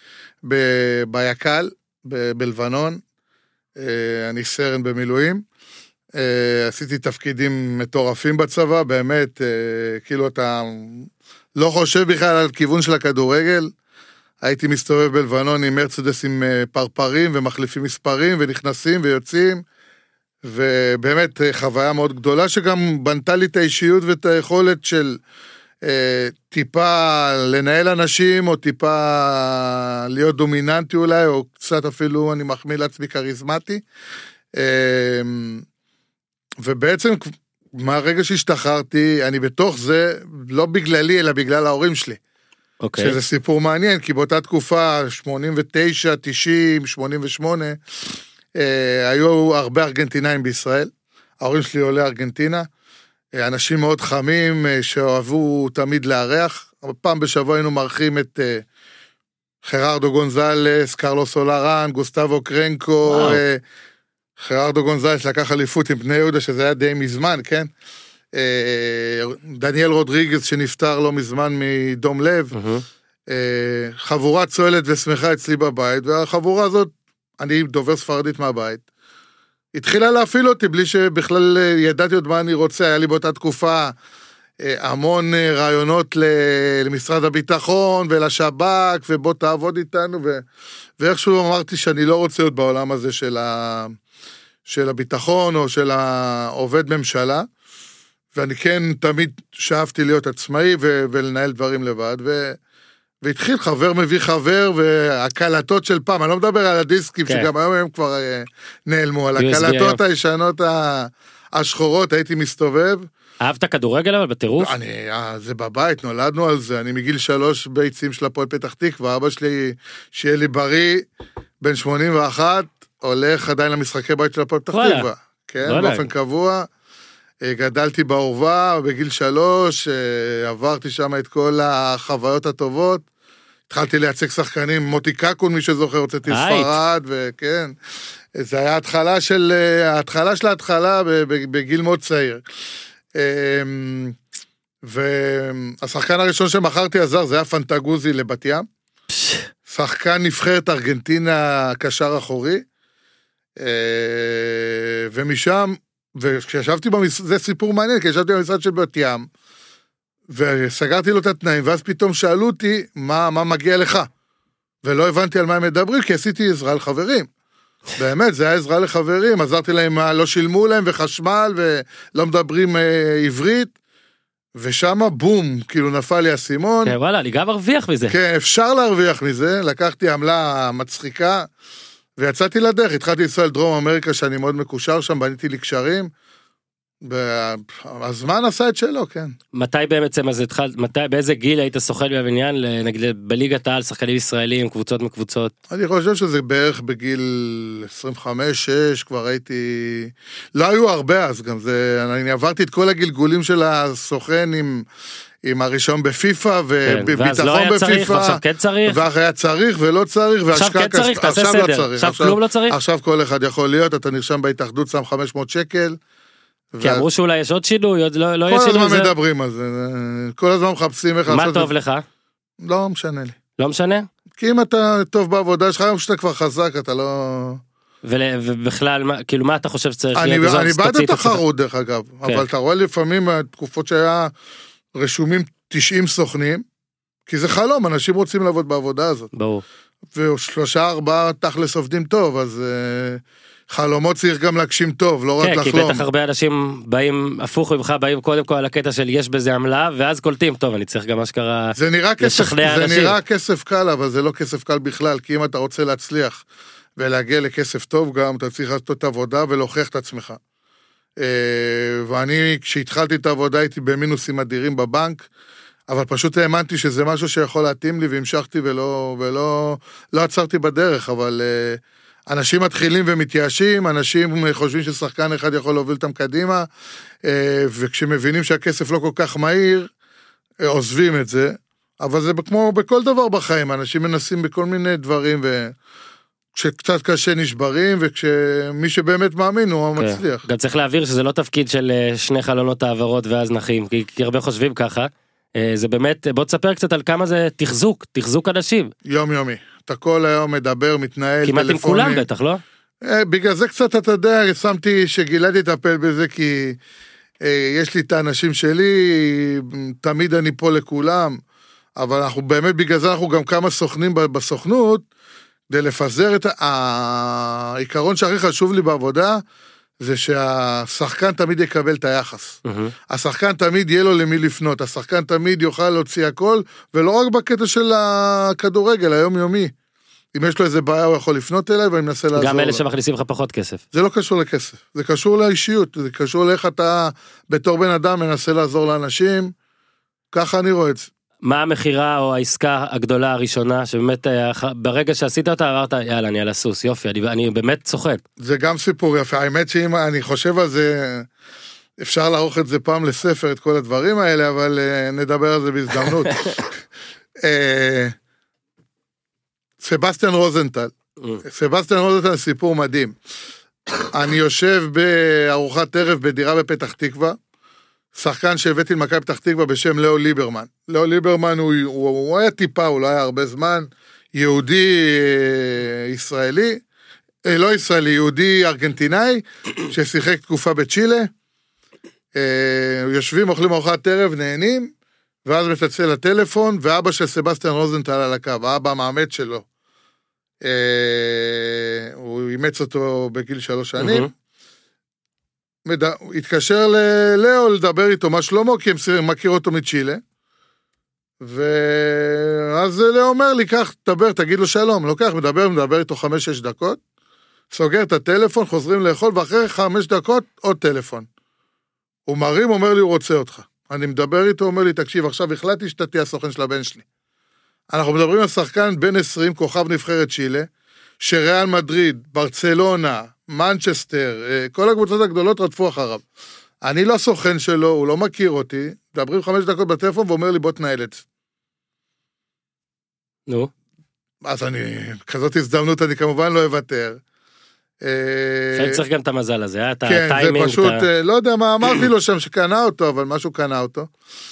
ביקל, בלבנון, אני סרן במילואים, עשיתי תפקידים מטורפים בצבא, באמת, כאילו אתה לא חושב בכלל על כיוון של הכדורגל, הייתי מסתובב בלבנון עם מרצדס עם פרפרים ומחליפים מספרים ונכנסים ויוצאים, ובאמת חוויה מאוד גדולה שגם בנתה לי את האישיות ואת היכולת של אה, טיפה לנהל אנשים או טיפה להיות דומיננטי אולי, או קצת אפילו אני מחמיא לעצמי כריזמטי, אה, ובעצם מהרגע שהשתחררתי, אני בתוך זה לא בגללי אלא בגלל ההורים שלי. Okay. שזה סיפור מעניין, כי באותה תקופה, שמונים ותשע, תשעים, שמונים ושמונה, אה, היו הרבה ארגנטינאים בישראל, ההורים שלי עולי ארגנטינה, אה, אנשים מאוד חמים, אה, שאוהבו תמיד לארח, פעם בשבוע היינו מארחים את אה, חררדו גונזלס, קרלוס סולרן, גוסטבו קרנקו, אה, חררדו גונזלס לקח אליפות עם בני יהודה, שזה היה די מזמן, כן? דניאל רודריגז שנפטר לא מזמן מדום לב, חבורה צועלת ושמחה אצלי בבית, והחבורה הזאת, אני דובר ספרדית מהבית, התחילה להפעיל אותי בלי שבכלל ידעתי עוד מה אני רוצה, היה לי באותה תקופה המון רעיונות למשרד הביטחון ולשב"כ, ובוא תעבוד איתנו, ואיכשהו אמרתי שאני לא רוצה להיות בעולם הזה של ה... של הביטחון או של העובד ממשלה, ואני כן תמיד שאפתי להיות עצמאי ו- ולנהל דברים לבד, ו- והתחיל חבר מביא חבר, והקלטות של פעם, אני לא מדבר על הדיסקים, כן. שגם היום הם כבר uh, נעלמו, על הקלטות הישנות ה- השחורות, הייתי מסתובב. אהבת כדורגל אבל בטירוף? אני, זה בבית, נולדנו על זה, אני מגיל שלוש ביצים של הפועל פתח תקווה, אבא שלי, שיהיה לי בריא, בן שמונים ואחת, הולך עדיין למשחקי בית של הפועל פתח תקווה, כן, באופן קבוע, גדלתי בעורבה, בגיל שלוש, עברתי שם את כל החוויות הטובות, התחלתי לייצג שחקנים, מוטי קקון, מי שזוכר, הוצאתי ספרד, וכן, זה היה התחלה של, ההתחלה של ההתחלה בגיל מאוד צעיר. והשחקן הראשון שמכרתי הזר, זה היה פנטגוזי לבת ים, שחקן נבחרת ארגנטינה קשר אחורי, ומשם, וכשישבתי במשרד, זה סיפור מעניין, כי ישבתי במשרד של בת ים, וסגרתי לו את התנאים, ואז פתאום שאלו אותי, מה, מה מגיע לך? ולא הבנתי על מה הם מדברים, כי עשיתי עזרה לחברים. באמת, זה היה עזרה לחברים, עזרתי להם, לא שילמו להם, וחשמל, ולא מדברים אה, עברית, ושם בום, כאילו נפל לי הסימון. כן, וואלה, אני גם מרוויח מזה. כן, אפשר להרוויח מזה, לקחתי עמלה מצחיקה, ויצאתי לדרך, התחלתי לנסוע לדרום אמריקה, שאני מאוד מקושר שם, בניתי לי קשרים, הזמן עשה את שלו, כן. מתי בעצם, אז התחל, מתי, באיזה גיל היית סוחל בבניין, נגיד, בליגת העל, שחקנים ישראלים, קבוצות מקבוצות? אני חושב שזה בערך בגיל עשרים וחמש שש, כבר הייתי, לא היו הרבה אז גם, זה, אני עברתי את כל הגלגולים של הסוכן עם, עם הראשון בפיפה, וביטחון ואז לא היה בפיפה, צריך, ועכשיו כן צריך, ואחרי היה צריך ולא צריך, עכשיו כן צריך, תעשה סדר, עכשיו כלום לא צריך, עכשיו כל אחד יכול להיות, אתה נרשם בהתאחדות, שם חמש מאות שקל, כי אמרו שאולי יש עוד שינוי, לא יש שינוי. כל הזמן מדברים על זה, כל הזמן מחפשים איך... מה טוב לך? לא משנה לי. לא משנה? כי אם אתה טוב בעבודה שלך, היום שאתה כבר חזק, אתה לא... ובכלל, כאילו מה אתה חושב שצריך להיות? אני בעד התחרות דרך אגב, אבל אתה רואה לפעמים תקופות שהיה רשומים תשעים סוכנים, כי זה חלום, אנשים רוצים לעבוד בעבודה הזאת. ברור. ושלושה ארבעה תכלס עובדים טוב, אז... חלומות צריך גם להגשים טוב, לא רק לחלום. כן, כי בטח הרבה אנשים באים, הפוך ממך, באים קודם כל על הקטע של יש בזה עמלה, ואז קולטים, טוב, אני צריך גם אשכרה לשכנע אנשים. זה נראה כסף קל, אבל זה לא כסף קל בכלל, כי אם אתה רוצה להצליח ולהגיע לכסף טוב גם, אתה צריך לעשות את העבודה ולהוכיח את עצמך. ואני, כשהתחלתי את העבודה, הייתי במינוסים אדירים בבנק, אבל פשוט האמנתי שזה משהו שיכול להתאים לי, והמשכתי ולא, ולא, לא עצרתי בדרך, אבל... אנשים מתחילים ומתייאשים, אנשים חושבים ששחקן אחד יכול להוביל אותם קדימה, וכשמבינים שהכסף לא כל כך מהיר, עוזבים את זה, אבל זה כמו בכל דבר בחיים, אנשים מנסים בכל מיני דברים, וכשקצת קשה נשברים, וכשמי שבאמת מאמין הוא מצליח. גם צריך להעביר שזה לא תפקיד של שני חלונות העברות ואז נחים, כי הרבה חושבים ככה, זה באמת, בוא תספר קצת על כמה זה תחזוק, תחזוק אנשים. יום יומי. אתה כל היום מדבר, מתנהל, כמעט עם כולם בטח, לא? בגלל זה קצת, אתה יודע, שמתי שגילדתי לטפל בזה, כי יש לי את האנשים שלי, תמיד אני פה לכולם, אבל אנחנו באמת, בגלל זה אנחנו גם כמה סוכנים בסוכנות, כדי לפזר את העיקרון שהכי חשוב לי בעבודה, זה שהשחקן תמיד יקבל את היחס. השחקן תמיד יהיה לו למי לפנות, השחקן תמיד יוכל להוציא הכל, ולא רק בקטע של הכדורגל, היומיומי. אם יש לו איזה בעיה, הוא יכול לפנות אליי, ואני מנסה לעזור לו. גם אלה שמכניסים לך פחות כסף. זה לא קשור לכסף, זה קשור לאישיות, זה קשור לאיך אתה, בתור בן אדם, מנסה לעזור לאנשים, ככה אני רואה את זה. מה המחירה או העסקה הגדולה הראשונה, שבאמת ברגע שעשית אותה, אמרת, יאללה, אני על הסוס, יופי, אני, אני באמת צוחק. זה גם סיפור יפה, האמת שאם אני חושב על זה, אפשר לערוך את זה פעם לספר, את כל הדברים האלה, אבל נדבר על זה בהזדמנות. סבסטיאן רוזנטל, סבסטיאן רוזנטל סיפור מדהים. אני יושב בארוחת ערב בדירה בפתח תקווה, שחקן שהבאתי למכבי פתח תקווה בשם לאו ליברמן. לאו ליברמן הוא, הוא, הוא היה טיפה, הוא לא היה הרבה זמן, יהודי ישראלי, לא ישראלי, יהודי ארגנטינאי, ששיחק תקופה בצ'ילה, יושבים, אוכלים ארוחת ערב, נהנים, ואז מצלצל לטלפון, ואבא של סבסטיאן רוזנטל על הקו, האבא המאמץ שלו, הוא אימץ אותו בגיל שלוש שנים, התקשר ללאו לדבר איתו, מה שלמה, כי הם מכיר אותו מצ'ילה, ואז לאו אומר לי, קח, תדבר, תגיד לו שלום, לוקח, מדבר, מדבר איתו חמש-שש דקות, סוגר את הטלפון, חוזרים לאכול, ואחרי חמש דקות, עוד טלפון. הוא מרים, אומר לי, הוא רוצה אותך. אני מדבר איתו, אומר לי, תקשיב, עכשיו החלטתי שאתה תהיה הסוכן של הבן שלי. אנחנו מדברים על שחקן בן עשרים, כוכב נבחרת צ'ילה, שריאל מדריד, ברצלונה, מנצ'סטר, כל הקבוצות הגדולות רדפו אחריו. אני לא סוכן שלו, הוא לא מכיר אותי, מדברים חמש דקות בטלפון ואומר לי, בוא תנהל את זה. נו. אז אני, כזאת הזדמנות, אני כמובן לא אוותר. לפעמים צריך גם את המזל הזה, אה? כן, זה פשוט, לא יודע מה אמרתי לו שם שקנה אותו, אבל משהו קנה אותו.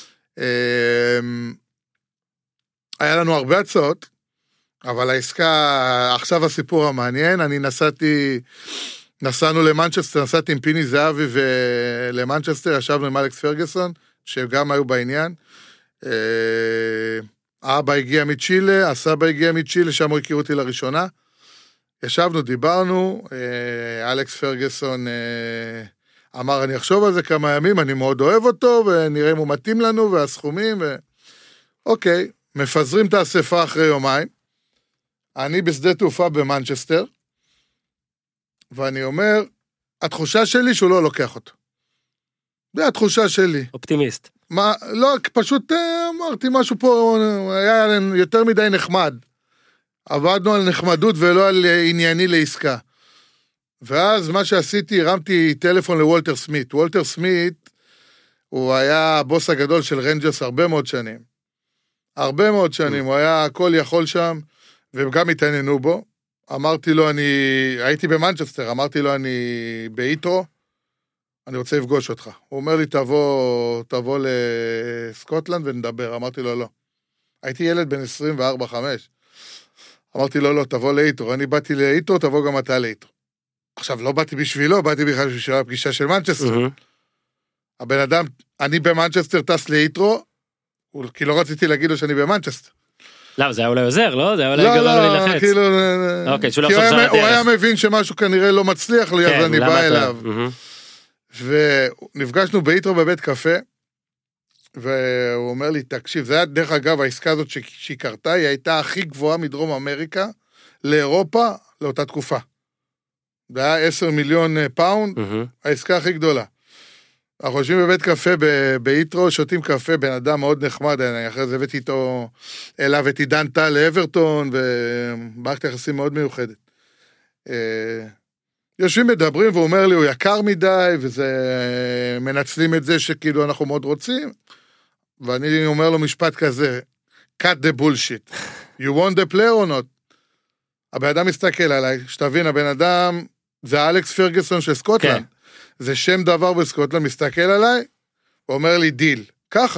היה לנו הרבה הצעות, אבל העסקה, עכשיו הסיפור המעניין, אני נסעתי, נסענו למנצ'סטר, נסעתי עם פיני זהבי ולמנצ'סטר, ישבנו עם אלכס פרגוסון, שגם היו בעניין. האבא הגיע מצ'ילה, הסבא הגיע מצ'ילה, שם הוא הכיר אותי לראשונה. ישבנו, דיברנו, אלכס פרגוסון אמר, אני אחשוב על זה כמה ימים, אני מאוד אוהב אותו, ונראה אם הוא מתאים לנו, והסכומים, ו... אוקיי, מפזרים את האספה אחרי יומיים, אני בשדה תעופה במנצ'סטר, ואני אומר, התחושה שלי שהוא לא לוקח אותו. זה התחושה שלי. אופטימיסט. מה, לא, פשוט אמרתי משהו פה, היה יותר מדי נחמד. עבדנו על נחמדות ולא על ענייני לעסקה. ואז מה שעשיתי, הרמתי טלפון לוולטר סמית. וולטר סמית, הוא היה הבוס הגדול של רנג'רס הרבה מאוד שנים. הרבה מאוד שנים, הוא היה הכל יכול שם, וגם התעניינו בו. אמרתי לו, אני, הייתי במנצ'סטר, אמרתי לו, אני באיטרו, אני רוצה לפגוש אותך. הוא אומר לי, תבוא, תבוא לסקוטלנד ונדבר. אמרתי לו, לא. הייתי ילד בן עשרים וארבע חמש. אמרתי לו, לא, תבוא לאיטרו. אני באתי לאיטרו, תבוא גם אתה לאיטרו. עכשיו, לא באתי בשבילו, באתי בכלל בשביל הפגישה של מנצ'סטר. הבן אדם, אני במנצ'סטר טס לאיטרו, כי לא רציתי להגיד לו שאני במנצ'סטר. לא, זה היה אולי עוזר, לא? זה היה אולי לא, גרם לי לא, לחץ. כאילו... אוקיי, שהוא לא כי חושב הוא שזה היה- הוא הדרך. היה מבין שמשהו כנראה לא מצליח לי, אז כן, אני למה בא אתה- אליו. מהמם. ונפגשנו באיטרו בבית קפה, והוא אומר לי, תקשיב, זה היה דרך אגב, העסקה הזאת ש- שהיא קרתה, היא הייתה הכי גבוהה מדרום אמריקה, לאירופה, לאותה תקופה. זה היה עשרה מיליון פאונד, מהמם. העסקה הכי גדולה. אנחנו יושבים בבית קפה ב- באיטרו, שותים קפה, בן אדם מאוד נחמד, אני אחרי זה הבאתי איתו אליו את עידן טל לאברטון, ומערכת יחסים מאוד מיוחדת. אה, יושבים מדברים, והוא אומר לי, הוא יקר מדי, וזה, מנצלים את זה שכאילו אנחנו מאוד רוצים, ואני אומר לו משפט כזה, cut the bullshit, you want the player or not? הבן אדם מסתכל עליי, שתבין, הבן אדם, זה אלכס פרגוסון של סקוטלנד, כן. זה שם דבר בסקוטלנד, מסתכל עליי, ואומר לי, דיל, ככה.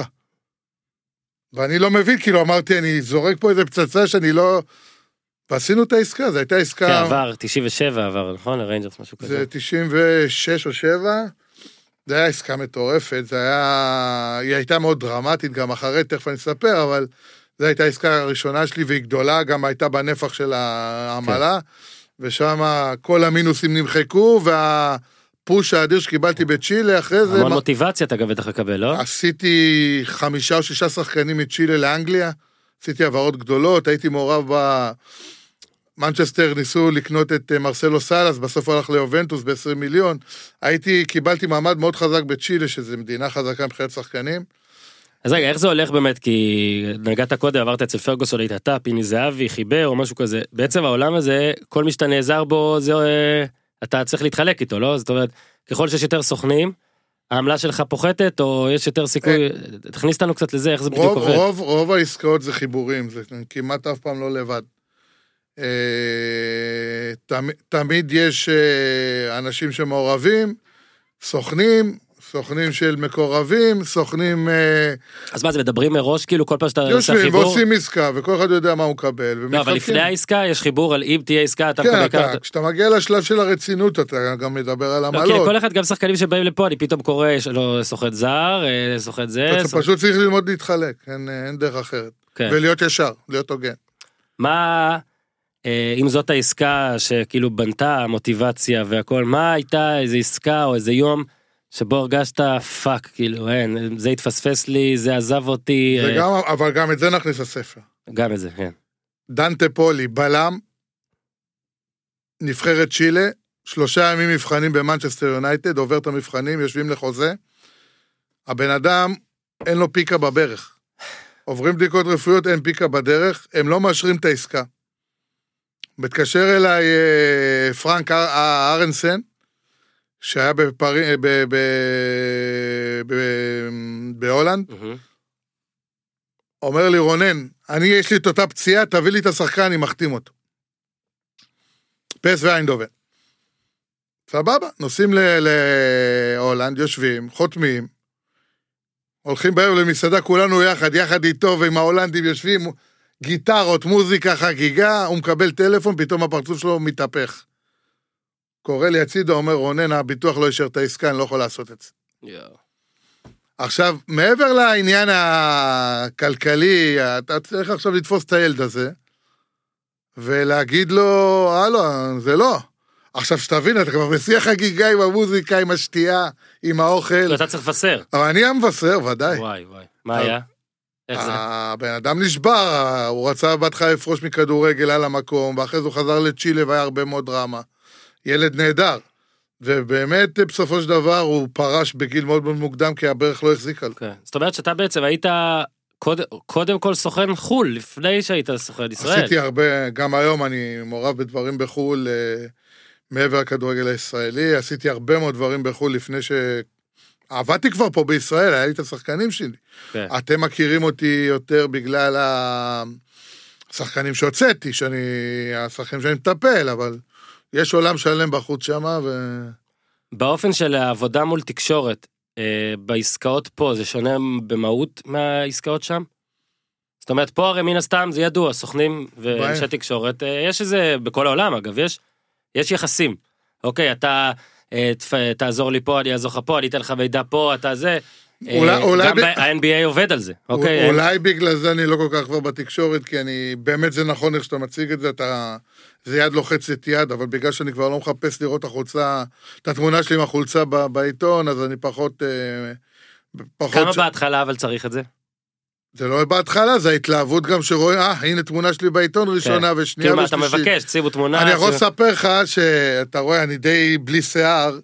ואני לא מבין, כאילו אמרתי, אני זורק פה איזה פצצה שאני לא... ועשינו את העסקה, זו הייתה עסקה... כן, עבר, תשעים ושבע עבר, נכון? לריינג'רס, משהו כזה. זה תשעים ושש או שבע, זה היה עסקה מטורפת, זה היה... היא הייתה מאוד דרמטית, גם אחרי, תכף אני אספר, אבל זו הייתה העסקה הראשונה שלי, והיא גדולה, גם הייתה בנפח של העמלה, ושם כל המינוסים נמחקו, והפוש האדיר שקיבלתי בצ'ילה, אחרי זה... המון מוטיבציה אתה גם בטח לקבל, לא? עשיתי חמישה או שישה שחקנים מצ'ילה לאנגליה, עשיתי עברות גדולות, הייתי מעורב במנצ'סטר, ניסו לקנות את מרסלו סלאס, בסוף הלך ליובנטוס ב-עשרים מיליון, הייתי, קיבלתי מעמד מאוד חזק בצ'ילה, שזו מדינה חזקה מבחינת שחקנים. אז רגע, איך זה הולך באמת? כי נגעת קודם, עברת אצל פרגוסון, היית אתה, פיני זהבי, חיבר או משהו כזה. בעצם העולם הזה, כל מי שאתה נעזר בו, זה, אתה צריך להתחלק איתו, לא? זאת אומרת, ככל שיש יותר סוכנים, העמלה שלך פוחתת, או יש יותר סיכוי, תכניס אותנו קצת לזה, איך זה בדיוק רוב, עובד. רוב, רוב העסקאות זה חיבורים, זה כמעט אף פעם לא לבד. אה, תמ, תמיד יש אה, אנשים שמעורבים, סוכנים, סוכנים של מקורבים, סוכנים... אה, אז מה זה, מדברים מראש, כאילו כל פעם שאתה עושה יושבים חיבור? ועושים עסקה, וכל אחד יודע מה הוא מקבל. לא, אבל לפני העסקה יש חיבור על אם תהיה עסקה, אתה כן, מקבל אתה, ככה. כשאתה מגיע לשלב של הרצינות, אתה גם מדבר על לא, כי עמלות. לכל אחד גם שחקנים שבאים לפה, אני פתאום קורא, יש לו סוחט זר, אה, סוחט זה. אתה סוחט- פשוט צריך ללמוד להתחלק, אין, אין דרך אחרת. כן. ולהיות ישר, להיות הוגן. מה, אה, אם זאת העסקה שכאילו בנתה המוטיבציה והכל, מה הייתה איזה עסקה או איזה יום שבו הרגשת פאק, כאילו, אין, זה התפספס לי, זה עזב אותי. זה גם, אבל גם את זה נכניס לספר. גם את זה, כן. דנטה פולי, בלם, נבחרת צ'ילה, שלושה ימים מבחנים במנצ'סטר יונייטד, עובר את המבחנים, יושבים לחוזה, הבן אדם, אין לו פיקה בברך. עוברים בדיקות רפואיות, אין פיקה בדרך, הם לא מאשרים את העסקה. מתקשר אליי פרנק ארנסן, שהיה בפרי, ב, ב, ב, בהולנד, אומר לי, רונן, אני יש לי את אותה פציעה, תביא לי את השחקן, אני מחתים אותו. פס ואיינדובן. סבבה, נוסעים להולנד, יושבים, חותמים, הולכים בערב למסעדה, כולנו יחד, יחד איתו, ועם ההולנדים יושבים, גיטרות, מוזיקה, חגיגה, הוא מקבל טלפון, פתאום הפרצוף שלו מתהפך. קורא לי הצידו, אומר, רונן, הביטוח לא ישר את העסקה, אני לא יכול לעשות את זה. יואו. עכשיו, מעבר לעניין הכלכלי, אתה צריך עכשיו לתפוס את הילד הזה, ולהגיד לו, הלו, זה לא. עכשיו שתבין, אתה כבר מסיע חגיגה עם המוזיקה, עם השתייה, עם האוכל. אתה צריך לפסר. אבל אני המפסר, ודאי. וואי, וואי. מה היה? איך זה? הבן אדם נשבר, הוא רצה בהתחלה לפרוש מכדורגל על המקום, ואחרי זה הוא חזר לצ'ילה והיה הרבה מאוד דרמה. ילד נהדר. ובאמת, בסופו של דבר, הוא פרש בגיל מאוד מאוד מוקדם, כי הברך לא החזיק על. זאת אומרת שאתה בעצם היית קודם כל סוכן חול, לפני שהיית סוכן ישראל. עשיתי הרבה, גם היום אני מעורב בדברים בחול, מעבר לכדורגל הישראלי, עשיתי הרבה מאוד דברים בחול לפני ש... עבדתי כבר פה בישראל, היה לי את השחקנים שלי. אתם מכירים אותי יותר בגלל השחקנים שהוצאתי, שאני, השחקנים שאני מטפל, אבל יש עולם שלם בחוץ שמה ו... באופן של העבודה מול תקשורת, בעסקאות פה, זה שונה במהות מהעסקאות שם? זאת אומרת, פה הרי מן הסתם זה ידוע, סוכנים ואנשי תקשורת, יש איזה, בכל העולם אגב, יש, יש יחסים. אוקיי, אתה תעזור לי פה, אני אעזור לך פה, אני אתן לך מידע פה, אתה זה. גם ה-אן בי איי עובד על זה. אולי בגלל זה אני לא כל כך כבר בתקשורת, כי אני, באמת זה נכון איך שאתה מציג את זה, זה יד לוחצת יד, אבל בגלל שאני כבר לא מחפש לראות החולצה, את התמונה שלי עם החולצה בעיתון, אז אני פחות... כמה בהתחלה אבל צריך את זה? זה לא בהתחלה, זה ההתלהבות גם שרואים, אה, הנה תמונה שלי בעיתון ראשונה ושנייה ושלישית. כאילו מה אתה מבקש, ציבו תמונה. אני יכול לספר לך שאתה רואה, אני די בלי שיער,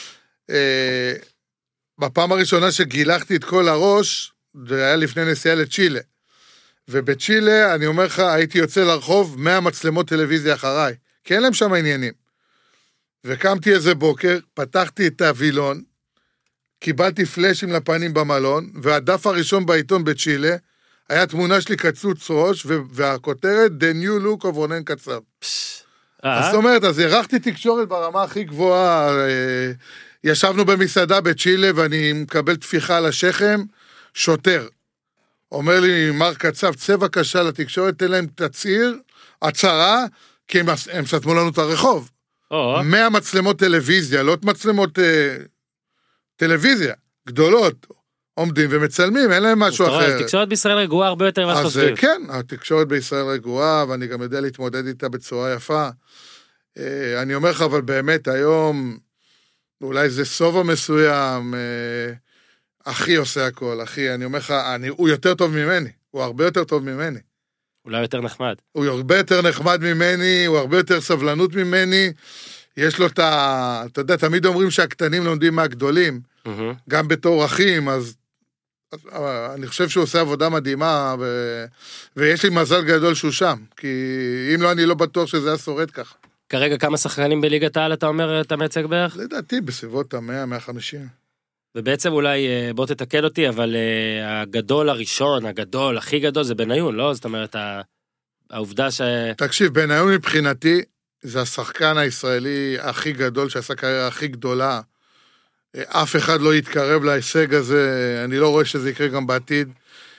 בפעם הראשונה שגילחתי את כל הראש, זה היה לפני נסיעה לצ'ילה. ובצ'ילה, אני אומר לך, הייתי יוצא לרחוב מאה מצלמות טלוויזיה אחריי, כי אין להם שם עניינים. וקמתי איזה בוקר, פתחתי את הווילון, קיבלתי פלאשים לפנים במלון, והדף הראשון בעיתון בצ'ילה, היה תמונה שלי קצוץ ראש, והכותרת, The New Look of רונן קצב. זאת אומרת, אז ערכתי תקשורת ברמה הכי גבוהה, ישבנו במסעדה בצ'ילה, ואני מקבל תפיחה על השכם, שוטר. אומר לי, מר קצב, צבע קשה לתקשורת, תן להם תצהיר, הצהרה, כי הם, הם סתמו לנו את הרחוב. מאה מצלמות טלוויזיה, לא מצלמות אה, טלוויזיה, גדולות, עומדים ומצלמים, אין להם משהו אחר. התקשורת בישראל רגועה הרבה יותר ממה שחושבים. אז כן, התקשורת בישראל רגועה, ואני גם יודע להתמודד איתה בצורה יפה. אה, אני אומר לך, אבל באמת היום, אולי זה סובה מסוים, אה, אחי עושה הכל, אחי, אני אומר לך, אני, הוא יותר טוב ממני, הוא הרבה יותר טוב ממני. אולי יותר נחמד. הוא הרבה יותר נחמד ממני, הוא הרבה יותר סבלנות ממני, יש לו את ה... אתה יודע, תמיד אומרים שהקטנים לומדים מהגדולים, mm-hmm. גם בתור אחים, אז, אז אני חושב שהוא עושה עבודה מדהימה, ו, ויש לי מזל גדול שהוא שם, כי אם לא, אני לא בטוח שזה היה שורד ככה. כרגע כמה שחקנים בליגת העל אתה אומר, אתה מייצג בערך? לדעתי, בסביבות ה-מאה, מאה וחמישים. ובעצם אולי, בוא תתקל אותי, אבל הגדול הראשון, הגדול, הכי גדול, זה בניון, לא? זאת אומרת, העובדה ש... תקשיב, בניון מבחינתי, זה השחקן הישראלי הכי גדול, שעשה קריירה הכי גדולה. אף אחד לא יתקרב להישג הזה, אני לא רואה שזה יקרה גם בעתיד.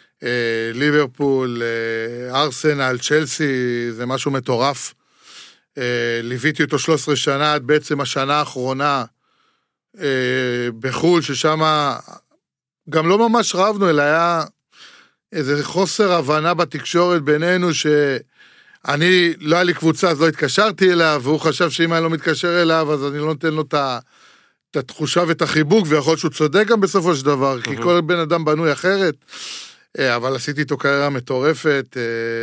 ליברפול, ארסנל, צ'לסי, זה משהו מטורף. ליוויתי אותו שלוש עשרה שנה, עד בעצם השנה האחרונה, בחול, ששם גם לא ממש רבנו, אלא היה איזה חוסר הבנה בתקשורת בינינו, שאני, לא היה לי קבוצה, אז לא התקשרתי אליו, והוא חשב שאם אני לא מתקשר אליו, אז אני לא נותן לו את התחושה ואת החיבוק, ויכול להיות שהוא צודק גם בסופו של דבר, כי כל בן אדם בנוי אחרת, אבל עשיתי איתו קריירה מטורפת,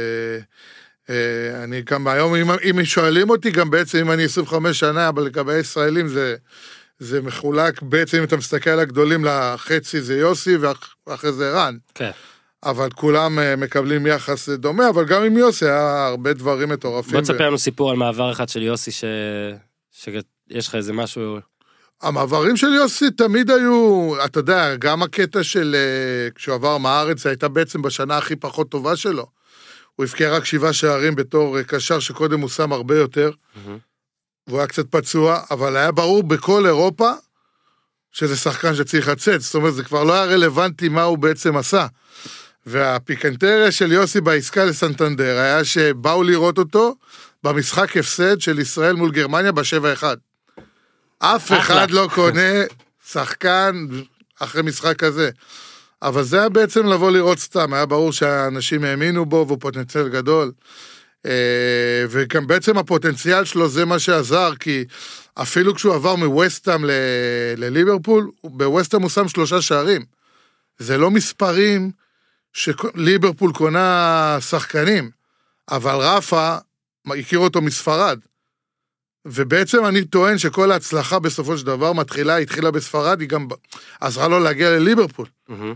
אני גם היום, אם שואלים אותי, גם בעצם אם אני עשרים וחמש שנה, אבל לגבי הישראלים זה, זה מחולק, בעצם אם אתה מסתכל על הגדולים, לחצי זה יוסי, ואחרי זה רן. כן. אבל כולם מקבלים יחס דומה, אבל גם עם יוסי היה הרבה דברים מטורפים. בוא תספר לנו סיפור על מעבר אחד של יוסי, ש... שיש לך איזה משהו... המעברים של יוסי תמיד היו, אתה יודע, גם הקטע של, כשהוא עבר מהארץ, זה הייתה בעצם בשנה הכי פחות טובה שלו. הוא הפקע רק שבעה שערים בתור קשר שקודם הוא שם הרבה יותר, mm-hmm. והוא היה קצת פצוע, אבל היה ברור בכל אירופה, שזה שחקן שצריך לצאת, זאת אומרת, זה כבר לא היה רלוונטי מה הוא בעצם עשה. והפיקנטריה של יוסי בעסקה לסנטנדר, היה שבאו לראות אותו, במשחק הפסד של ישראל מול גרמניה בשבע אחד. אף אחד לא קונה שחקן אחרי משחק כזה. אבל זה היה בעצם לבוא לראות סתם, היה ברור שהאנשים האמינו בו, והוא פוטנציאל גדול. וגם בעצם הפוטנציאל שלו זה מה שעזר, כי אפילו כשהוא עבר מווסטהאם לליברפול, בווסטהאם הוא שם שלושה שערים. זה לא מספרים שליברפול קונה שחקנים, אבל רפה הכיר אותו מספרד. ובעצם אני טוען שכל ההצלחה בסופו של דבר מתחילה, התחילה בספרד, היא גם עזרה לו להגיע לליברפול.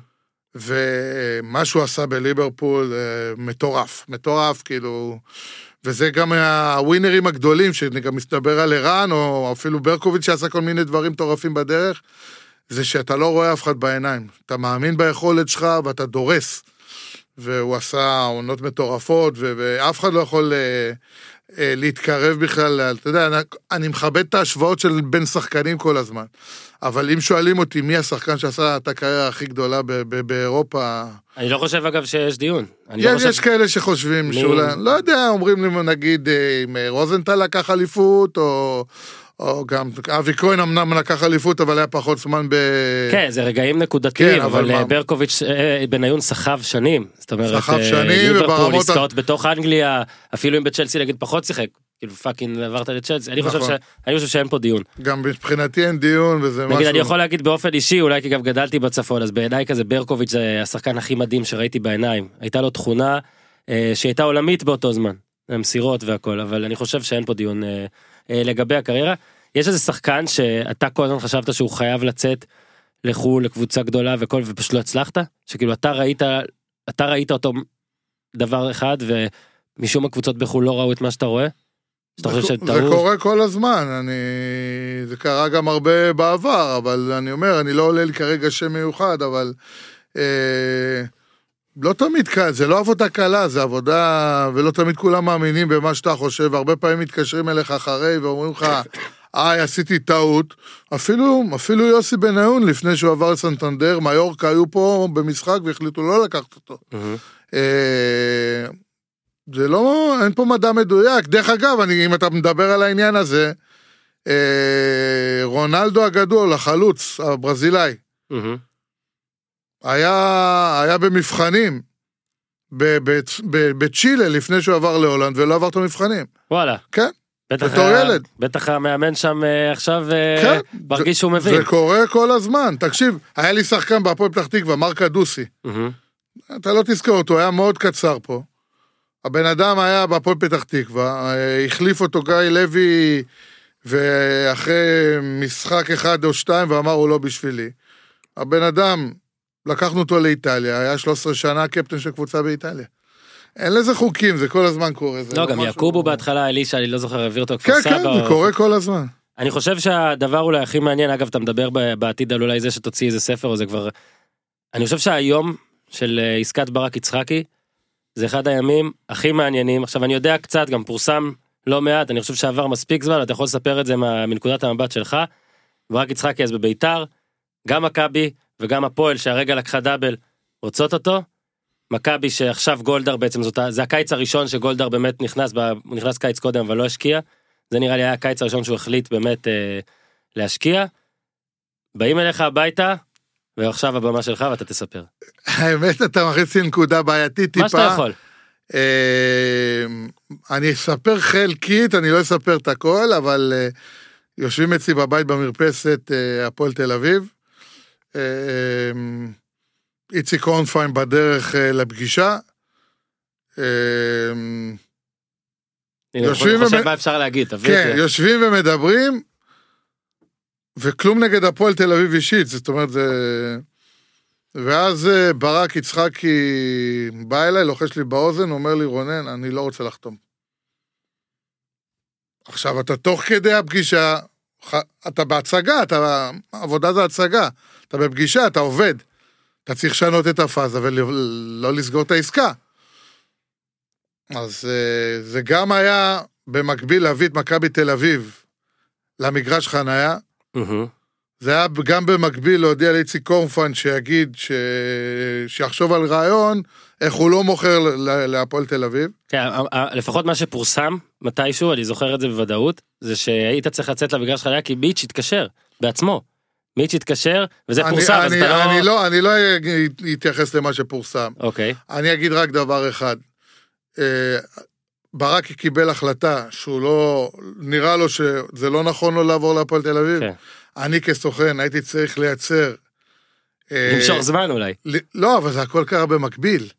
ומה שהוא עשה בליברפול, מטורף, מטורף, כאילו, וזה גם הווינרים הגדולים, שגם מסתבר על ערן, או אפילו ברקוביץ' שעשה כל מיני דברים מטורפים בדרך, זה שאתה לא רואה אף אחד בעיניים. אתה מאמין ביכולת שלך, ואתה דורס. והוא עשה עונות מטורפות, ואף אחד לא יכול להתקרב בכלל, אתה יודע, אני מכבד את ההשוואות של בין שחקנים כל הזמן, אבל אם שואלים אותי מי השחקן שעשה את הקריירה הכי גדולה באירופה... אני לא חושב אגב שיש דיון. יש כאלה שחושבים שאולי, לא יודע, אומרים לי נגיד, אם רוזנטל לקח אליפות, או... או גם אבי כהן אמנם לקח אליפות, אבל היה פחות זמן ב... כן, זה רגעים נקודתיים, אבל ברקוביץ' בניון סחב שנים. זאת אומרת, ליברפול, עסקאות בתוך אנגליה, אפילו אם בצ'לסי נגיד פחות שיחק, כאילו פאקינג עברת לצ'לסי, אני חושב שאין פה דיון. גם מבחינתי אין דיון, וזה משהו... נגיד, אני יכול להגיד באופן אישי, אולי כי גם גדלתי בצפון, אז בעיניי כזה ברקוביץ' זה השחקן הכי מדהים שראיתי בעיניים. הייתה לו תכונה שהייתה עולמית באותו זמן, המסירות והכל, אבל אני חושב שאין פה דיון לגבי הקריירה. יש איזה שחקן שאתה כל הזמן חשבת שהוא חייב לצאת לחול לקבוצה גדולה וכל, ופשוט לא הצלחת? שכאילו אתה ראית, אתה ראית אותו דבר אחד, ומשום הקבוצות בחול לא ראו את מה שאתה רואה? שאתה חושב שטעו? זה קורה כל הזמן, אני... זה קרה גם הרבה בעבר, אבל אני אומר, אני לא עולה לי כרגע שם מיוחד, אבל... אה... לא תמיד קל, זה לא עבודה קלה, זה עבודה, ולא תמיד כולם מאמינים במה שאתה חושב, הרבה פעמים מתקשרים אליך אחרי ואומרים לך, איי, עשיתי טעות, אפילו, אפילו יוסי בניון, לפני שהוא עבר לסנטנדר, מיורקה היו פה במשחק והחליטו לא לקחת אותו. זה לא, אין פה מדע מדויק, דרך אגב, אם אתה מדבר על העניין הזה, רונלדו הגדול, החלוץ, הברזילאי, היה, היה במבחנים בצ'ילה לפני שהוא עבר להולנד ולא עבר את המבחנים. וואלה. כן. בתור ילד. בטח המאמן שם עכשיו כן, מרגיש זה, שהוא מבין. זה קורה כל הזמן. תקשיב, היה לי שחקן בהפועל פתח תקווה, מרק אדוסי. Mm-hmm. אתה לא תזכור אותו, היה מאוד קצר פה. הבן אדם היה בהפועל פתח תקווה, החליף אותו גיא לוי, ואחרי משחק אחד או שתיים, ואמר הוא לא בשבילי. הבן אדם... לקחנו אותו לאיטליה, היה שלוש עשרה שנה קפטן של קבוצה באיטליה. אין לזה חוקים, זה כל הזמן קורה. לא, גם יעקובו בהתחלה, אלישה, אני לא זוכר, העביר אותו כפר סבא. כן, כן, זה קורה כל הזמן. אני חושב שהדבר אולי הכי מעניין, אגב, אתה מדבר בעתיד על אולי זה שתוציא איזה ספר, או זה כבר... אני חושב שהיום של עסקת ברק יצחקי, זה אחד הימים הכי מעניינים. עכשיו, אני יודע קצת, גם פורסם לא מעט, אני חושב שעבר מספיק זמן, אתה יכול לספר את זה מנקודת המבט שלך. ברק יצחקי אז בביתר, גם מכבי וגם הפועל שהרגע לקחה דאבל רוצות אותו, מכבי שעכשיו גולדהר בעצם זאת, זה הקיץ הראשון שגולדהר באמת נכנס, הוא נכנס קיץ קודם אבל לא השקיע, זה נראה לי היה הקיץ הראשון שהוא החליט באמת אה, להשקיע, באים אליך הביתה, ועכשיו הבמה שלך ואתה תספר. האמת אתה מכניס לי נקודה בעייתית טיפה. מה שאתה יכול. אה, אני אספר חלקית, אני לא אספר את הכל, אבל... אה, יושבים אצלי בבית במרפסת הפועל תל אביב, איציק קורנפיין בדרך לפגישה, יושבים חושב מה אפשר להגיד, כן, יושבים ומדברים, וכלום נגד הפועל תל אביב אישית, זאת אומרת, זה... ואז ברק יצחקי בא אליי, לוחש לי באוזן, אומר לי, רונן, אני לא רוצה לחתום. עכשיו, אתה תוך כדי הפגישה, אתה בהצגה, אתה, עבודה זה הצגה, אתה בפגישה, אתה עובד, אתה צריך לשנות את הפאזה ולא לסגור את העסקה. אז זה גם היה במקביל להביא את מכבי תל אביב למגרש חנייה, זה היה גם במקביל להודיע לאיציק קורנפיין שיגיד, ש... שיחשוב על רעיון, איך הוא לא מוכר להפועל תל אביב. כן, לפחות מה שפורסם מתישהו, אני זוכר את זה בוודאות, זה שהיית צריך לצאת למגרש חנייה, כי מיץ' התקשר בעצמו. מיץ' התקשר, וזה אני, פורסם, אני, אז אתה אני לא... לא... אני לא אתייחס למה שפורסם. אוקיי. אני אגיד רק דבר אחד. ברק קיבל החלטה שהוא לא... נראה לו שזה לא נכון לו לעבור להפועל תל אביב. כן. אני כסוכן הייתי צריך לייצר... למשוך זמן אולי. לא, אבל זה הכל קרה במקביל.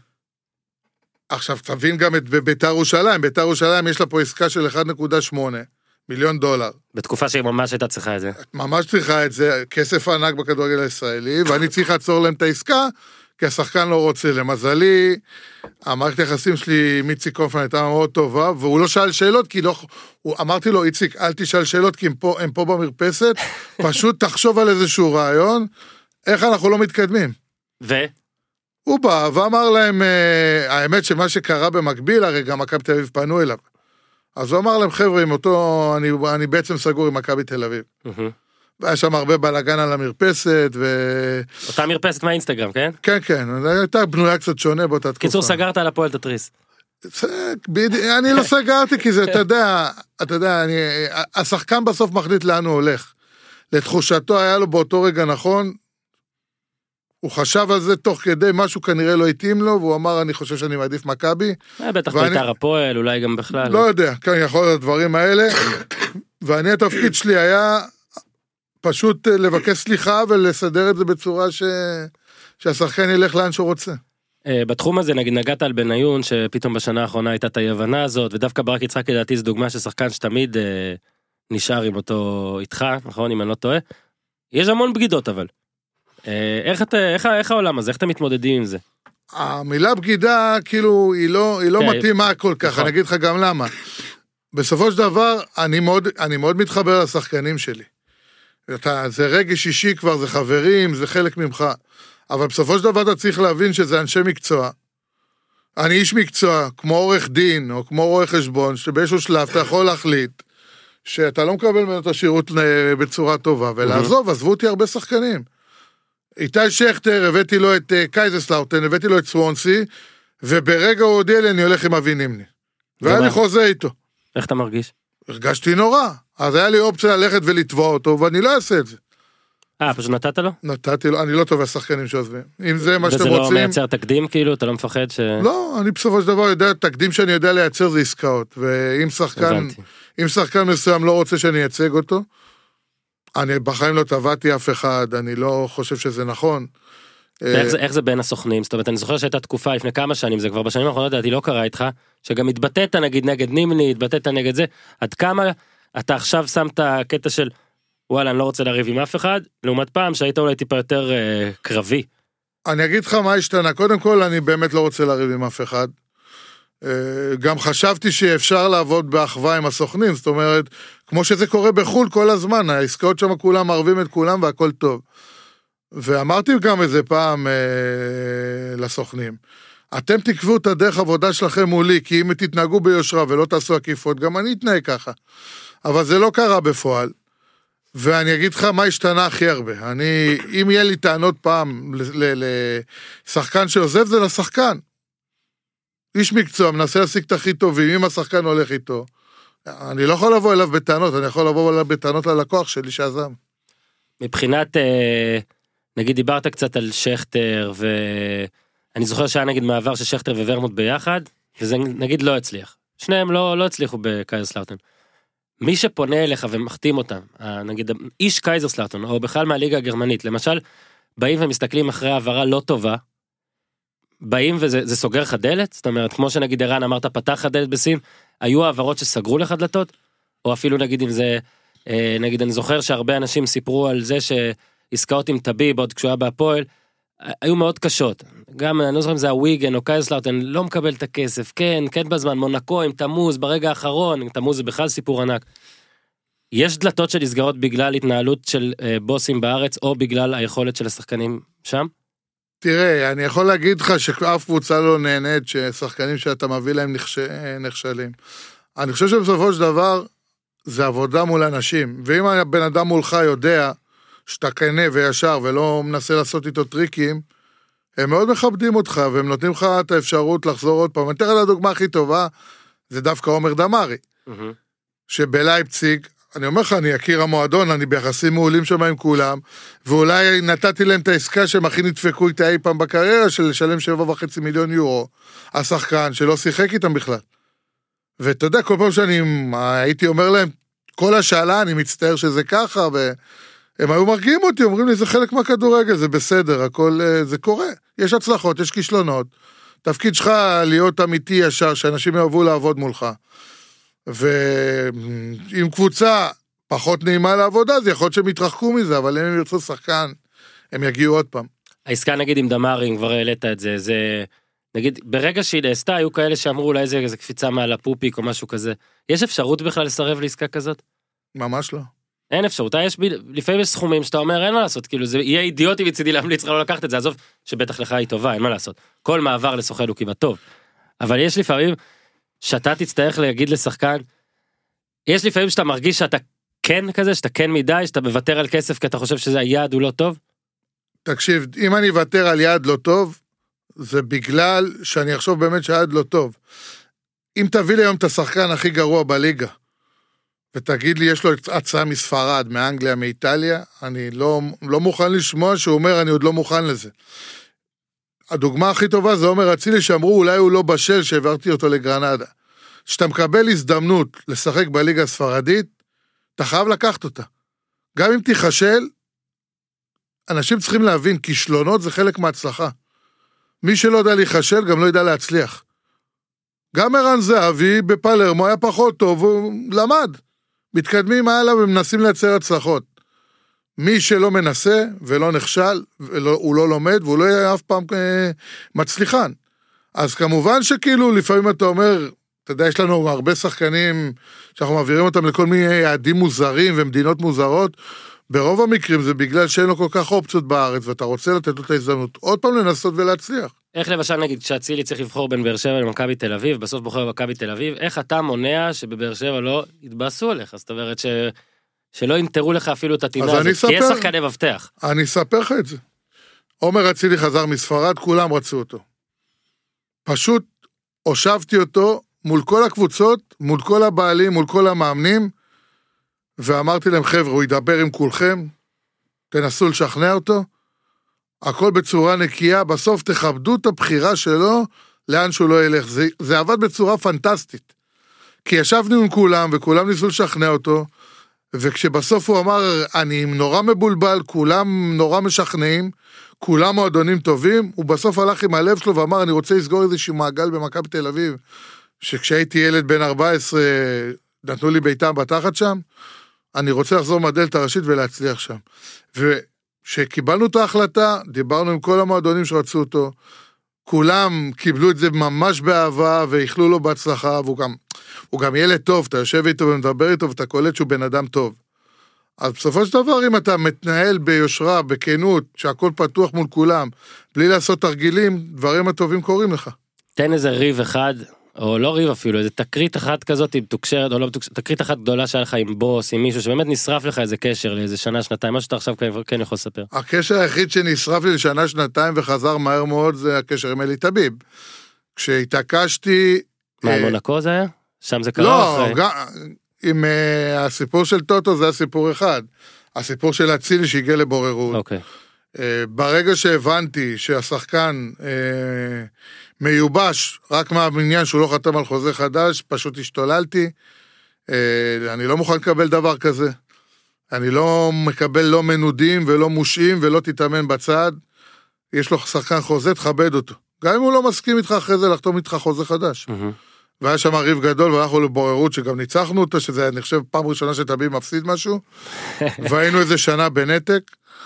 עכשיו, תבין גם את ביתר ירושלים. ביתר ירושלים יש לה פה עסקה של אחד נקודה שמונה מיליון דולר. בתקופה שהיא ממש הייתה צריכה את זה. ממש צריכה את זה, כסף ענק בכדורגל הישראלי, ואני צריך לעצור להם את העסקה, כי השחקן לא רוצה. למזלי, המערכת היחסים שלי עם איציק קורנפיין הייתה מאוד טובה, והוא לא שאל שאלות, כי לא, הוא, אמרתי לו, איציק, אל תשאל שאלות, כי הם פה, הם פה במרפסת, פשוט תחשוב על איזשהו רעיון, איך אנחנו לא מתקדמים. ו? הוא בא ואמר להם, האמת שמה שקרה במקביל, הרי גם מכבי תל אביב פנו אליו. אז הוא אמר להם, חבר'ה, עם אותו, אני, אני בעצם סגור עם מכבי תל אביב. והיה שם הרבה בלגן על המרפסת, ו... אותה מרפסת מהאינסטגרם, כן? כן, כן, הייתה בנויה קצת שונה באותה תקופה. קיצור, סגרת על הפועל תטריס. אני לא סגרתי, כי זה, אתה יודע, אתה יודע, אני, השחקן בסוף מחליט לאן הוא הולך. לתחושתו היה לו באותו רגע נכון, הוא חשב על זה תוך כדי, משהו כנראה לא התאים לו, והוא אמר, אני חושב שאני מעדיף מכבי. בטח בית"ר הפועל, אולי גם בכלל. לא יודע, כן, יכול להיות הדברים האלה, ואני, התפקיד שלי היה פשוט לבקש סליחה ולסדר את זה בצורה ש... שהשחקן ילך לאן שהוא רוצה. בתחום הזה נגיד נגעת על בניון, שפתאום בשנה האחרונה הייתה את היוונה הזאת, ודווקא ברק יצחקי לדעתי זו דוגמה של שחקן שתמיד אה, נשאר עם אותו איתך, נכון, אם אני לא טועה. יש המון בגידות אבל. אה, איך, אתה, איך, איך העולם הזה, איך אתם מתמודדים עם זה? המילה בגידה כאילו היא לא, היא לא כן, מתאימה כל כך, נכון. אני אגיד לך גם למה. בסופו של דבר אני מאוד, אני מאוד מתחבר לשחקנים שלי. אתה, זה רגש אישי כבר, זה חברים, זה חלק ממך. אבל בסופו של דבר אתה צריך להבין שזה אנשי מקצוע. אני איש מקצוע, כמו עורך דין, או כמו רואה חשבון, שבאיזשהו שלב אתה יכול להחליט, שאתה לא מקבל ממנו את השירות בצורה טובה, ולעזוב, עזבו אותי הרבה שחקנים. איתי שכטר, הבאתי לו את קייזרסלאוטן, הבאתי לו את סוונסי, וברגע הוא הודיע לי, אני הולך עם אבי נימני. והיה לי חוזה איתו. איך אתה מרגיש? הרגשתי נורא. אז היה לי אופציה ללכת ולתבוע אותו, ואני לא אעשה את זה. אה, פשוט נתת לו? נתתי לו, אני לא טוב השחקנים שעוזבים. אם זה מה שאתם רוצים... וזה לא מייצר תקדים כאילו? אתה לא מפחד ש... לא, אני בסופו של דבר יודע, תקדים שאני יודע לייצר זה עסקאות, ואם שחקן, אם שחקן מסוים לא רוצה שאני אייצג אותו, אני בחיים לא טבעתי אף אחד, אני לא חושב שזה נכון. איך זה, איך זה בין הסוכנים? זאת אומרת, אני זוכר שהייתה תקופה לפני כמה שנים, זה כבר בשנים האחרונות, דעתי לא קרה איתך, שגם התבטאת נגיד נגד נימני, התבטאת נגד זה, עד כמה אתה עכשיו שמת הקטע של וואלה, אני לא רוצה להריב עם אף אחד, לעומת פעם שהיית אולי טיפה יותר אה, קרבי. אני אגיד לך מה השתנה, קודם כל אני באמת לא רוצה להריב עם אף אחד, אה, גם חשבתי שאפשר לעבוד באחווה עם הסוכנים, זאת אומרת, כמו שזה קורה בחול כל הזמן, העסקאות שם כולם מערבים את כולם והכל טוב, ואמרתי גם איזה פעם אה, לסוכנים, אתם תקבעו את הדרך עבודה שלכם מולי, כי אם תתנהגו ביושרה ולא תעשו עקיפות, גם אני אתנהג ככה, אבל זה לא קרה בפועל, ואני אגיד לך מה השתנה הכי הרבה. אני, אם יהיה לי טענות פעם לשחקן שעוזב, זה לשחקן. איש מקצוע, מנסה להשיג את הכי טובים, אם השחקן הולך איתו. אני לא יכול לבוא אליו בטענות, אני יכול לבוא אליו בטענות ללקוח שלי שעזב. מבחינת, נגיד דיברת קצת על שכטר, ואני זוכר שהיה נגיד מעבר של שכטר וורמוט ביחד, וזה נגיד לא הצליח. שניהם לא, לא הצליחו בקייזרסלאוטן. מי שפונה אליך ומחתים אותם, נגיד איש קייזרסלאוטן, או בכלל מהליגה הגרמנית, למשל, באים ומסתכלים אחרי העברה לא טובה, באים וזה סוגר לך דלת, זאת אומרת, כמו שנגיד ערן אמרת, פתח הדלת בסין, היו העברות שסגרו לך דלתות, או אפילו נגיד אם זה, נגיד אני זוכר שהרבה אנשים סיפרו על זה שעסקאות עם טביב, עוד כשהוא היה בהפועל, היו מאוד קשות, גם אני לא זוכר אם זה הוויגן או קייזרסלאוטן, לא מקבל את הכסף, כן, כן בזמן, מונקו עם תמוז ברגע האחרון, תמוז זה בכלל סיפור ענק. יש דלתות של הסגרות בגלל התנהלות של בוסים בארץ, או בגלל היכולת של השחקנים שם? תראה, אני יכול להגיד לך שאף קבוצה לא נהנית ששחקנים שאתה מביא להם נכשלים. אני חושב שבסופו של דבר זה עבודה מול אנשים, ואם הבן אדם מולך יודע שאתה כנה וישר ולא מנסה לעשות איתו טריקים, הם מאוד מכבדים אותך, והם נותנים לך את האפשרות לחזור עוד פעם. אני אתן לך לדוגמה הכי טובה, זה דווקא עומר דמרי, שבלייפציג, אני אומר לך, אני אכיר המועדון, אני ביחסים מעולים שם עם כולם, ואולי נתתי להם את העסקה שהם הכי נדפקו איתה אי פעם בקריירה, של לשלם שבע וחצי מיליון יורו, השחקן שלא שיחק איתם בכלל. ואתה יודע, כל פעם שאני הייתי אומר להם, כל השאלה, אני מצטער שזה ככה, והם היו מרגיעים אותי, אומרים לי, זה חלק מהכדורגל, זה בסדר, הכל, זה קורה. יש הצלחות, יש כישלונות. תפקיד שלך להיות אמיתי ישר, שאנשים יאהבו לעבוד מולך. ועם קבוצה פחות נעימה לעבודה, אז יכול להיות שהם יתרחקו מזה, אבל אם הם ירצו שחקן, הם יגיעו עוד פעם. העסקה נגיד עם דמרי, אם כבר העלית את זה, זה, נגיד, ברגע שהיא נעשתה, היו כאלה שאמרו אולי זה, זה קפיצה מעל הפופיק או משהו כזה. יש אפשרות בכלל לסרב לעסקה כזאת? ממש לא. אין אפשרות, יש, לפעמים יש סכומים שאתה אומר, אין מה לעשות, כאילו זה יהיה אידיוטי מצידי להמליץ לך לא לקחת את זה, עזוב שבטח לך היא טובה, אין מה לעשות. כל מעבר לסוחר הוא כמעט טוב. אבל יש לפעמים שאתה תצטרך להגיד לשחקן, יש לפעמים שאתה מרגיש שאתה כן כזה, שאתה כן מדי, שאתה מוותר על כסף כי אתה חושב שזה היעד הוא לא טוב? תקשיב, אם אני אוותר על יעד לא טוב, זה בגלל שאני אחשוב באמת שהיעד לא טוב. אם תביא לי היום את השחקן הכי גרוע בליגה, ותגיד לי, יש לו הצעה מספרד, מאנגליה, מאיטליה, אני לא, לא מוכן לשמוע שהוא אומר, אני עוד לא מוכן לזה. הדוגמה הכי טובה זה אומר, רצילי שאמרו, אולי הוא לא בשל, שהעברתי אותו לגרנדה. כשאתה מקבל הזדמנות לשחק בליגה הספרדית, אתה חייב לקחת אותה. גם אם תיחשל, אנשים צריכים להבין, כישלונות זה חלק מההצלחה. מי שלא יודע להיחשל, גם לא ידע להצליח. גם ערן זהבי בפלרמו היה פחות טוב, הוא למד. מתקדמים הלאה ומנסים לייצר הצלחות. מי שלא מנסה ולא נכשל, ולא, הוא לא לומד, והוא לא יהיה אף פעם אה, מצליחן. אז כמובן שכאילו לפעמים אתה אומר, אתה יודע, יש לנו הרבה שחקנים שאנחנו מעבירים אותם לכל מיני יעדים מוזרים ומדינות מוזרות, ברוב המקרים זה בגלל שאין לו כל כך אופציות בארץ, ואתה רוצה לתת לו את ההזדמנות עוד פעם לנסות ולהצליח. איך למשל נגיד כשאצילי צריך לבחור בין באר שבע למכבי תל אביב, בסוף בוחר במכבי תל אביב, איך אתה מונע שבבאר שבע לא יתבאסו עליך? זאת אומרת ש... שלא ינטרו לך אפילו את הטינה הזאת, כי יש שחקני מבטח. אני אספר לך את זה. עומר אצילי חזר מספרד, כולם רצו אותו. פשוט הושבתי אותו מול כל הקבוצות, מול כל הבעלים, מול כל המאמנים, ואמרתי להם, חבר'ה, הוא ידבר עם כולכם, תנסו לשכנע אותו, הכל בצורה נקייה, בסוף תכבדו את הבחירה שלו, לאן שהוא לא ילך. זה, זה עבד בצורה פנטסטית. כי ישבנו עם כולם, וכולם ניסו לשכנע אותו, וכשבסוף הוא אמר, אני נורא מבולבל, כולם נורא משכנעים, כולם מועדונים טובים, הוא בסוף הלך עם הלב שלו ואמר, אני רוצה לסגור איזשהו מעגל במכבי תל אביב, שכשהייתי ילד בן ארבע עשרה, נתנו לי ביתם בתחת שם, אני רוצה לחזור מהדלת הראשית ולהצליח שם. וכשקיבלנו את ההחלטה, דיברנו עם כל המועדונים שרצו אותו, כולם קיבלו את זה ממש באהבה, והיכלו לו בהצלחה, והוא גם, הוא גם ילד טוב, אתה יושב איתו ומדבר איתו, ואתה קולט שהוא בן אדם טוב. אז בסופו של דבר, אם אתה מתנהל ביושרה, בכנות, שהכל פתוח מול כולם, בלי לעשות תרגילים, דברים הטובים קורים לך. תן איזה ריב אחד, או לא ריב אפילו, איזה תקרית אחת כזאת, עם תוקשרת, או לא תוקשרת, תקרית אחת גדולה שהיה לך עם בוס, עם מישהו, שבאמת נשרף לך איזה קשר, לאיזה שנה, שנתיים, מה שאתה עכשיו כן יכול לספר. הקשר היחיד שנשרף לי לשנה, שנתיים, וחזר מהר מאוד, זה הקשר עם אלי טביב. כשהתעקשתי... מה, מונקו זה היה? שם זה קרה לא, אחרי? עם הסיפור של טוטו זה הסיפור אחד. הסיפור של אצילי שהגיע לבוררות. אוקיי. ברגע שהבנתי שהשחקן מיובש, רק מהעניין שהוא לא חתם על חוזה חדש, פשוט השתוללתי, אני לא מוכן לקבל דבר כזה. אני לא מקבל לא מנודים ולא מושים ולא תתאמן בצד. יש לו שחקן חוזה, תכבד אותו. גם אם הוא לא מסכים איתך אחרי זה, לחתום איתך חוזה חדש. והיה שם ריב גדול, והלכנו לבוררות שגם ניצחנו אותו, שזה אני חושב פעם ראשונה שטביב מפסיד משהו, והיינו איזה שנה בנתק,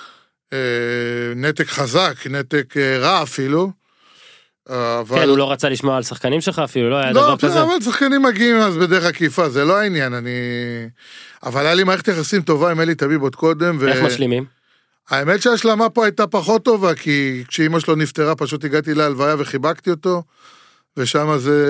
נתק חזק, נתק רע אפילו. אבל... כן, הוא לא רצה לשמוע על שחקנים שלך אפילו, לא היה לא, דבר כזה. לא, אבל שחקנים מגיעים אז בדרך עקיפה, זה לא העניין, אני... אבל היה לי מערכת יחסים טובה עם אלי טביב עוד קודם. ו... איך משלימים? האמת שההשלמה פה הייתה פחות טובה, כי כשאמא שלו נפטרה, פשוט הגעתי להלוויה וחיבקתי אותו, ושם זה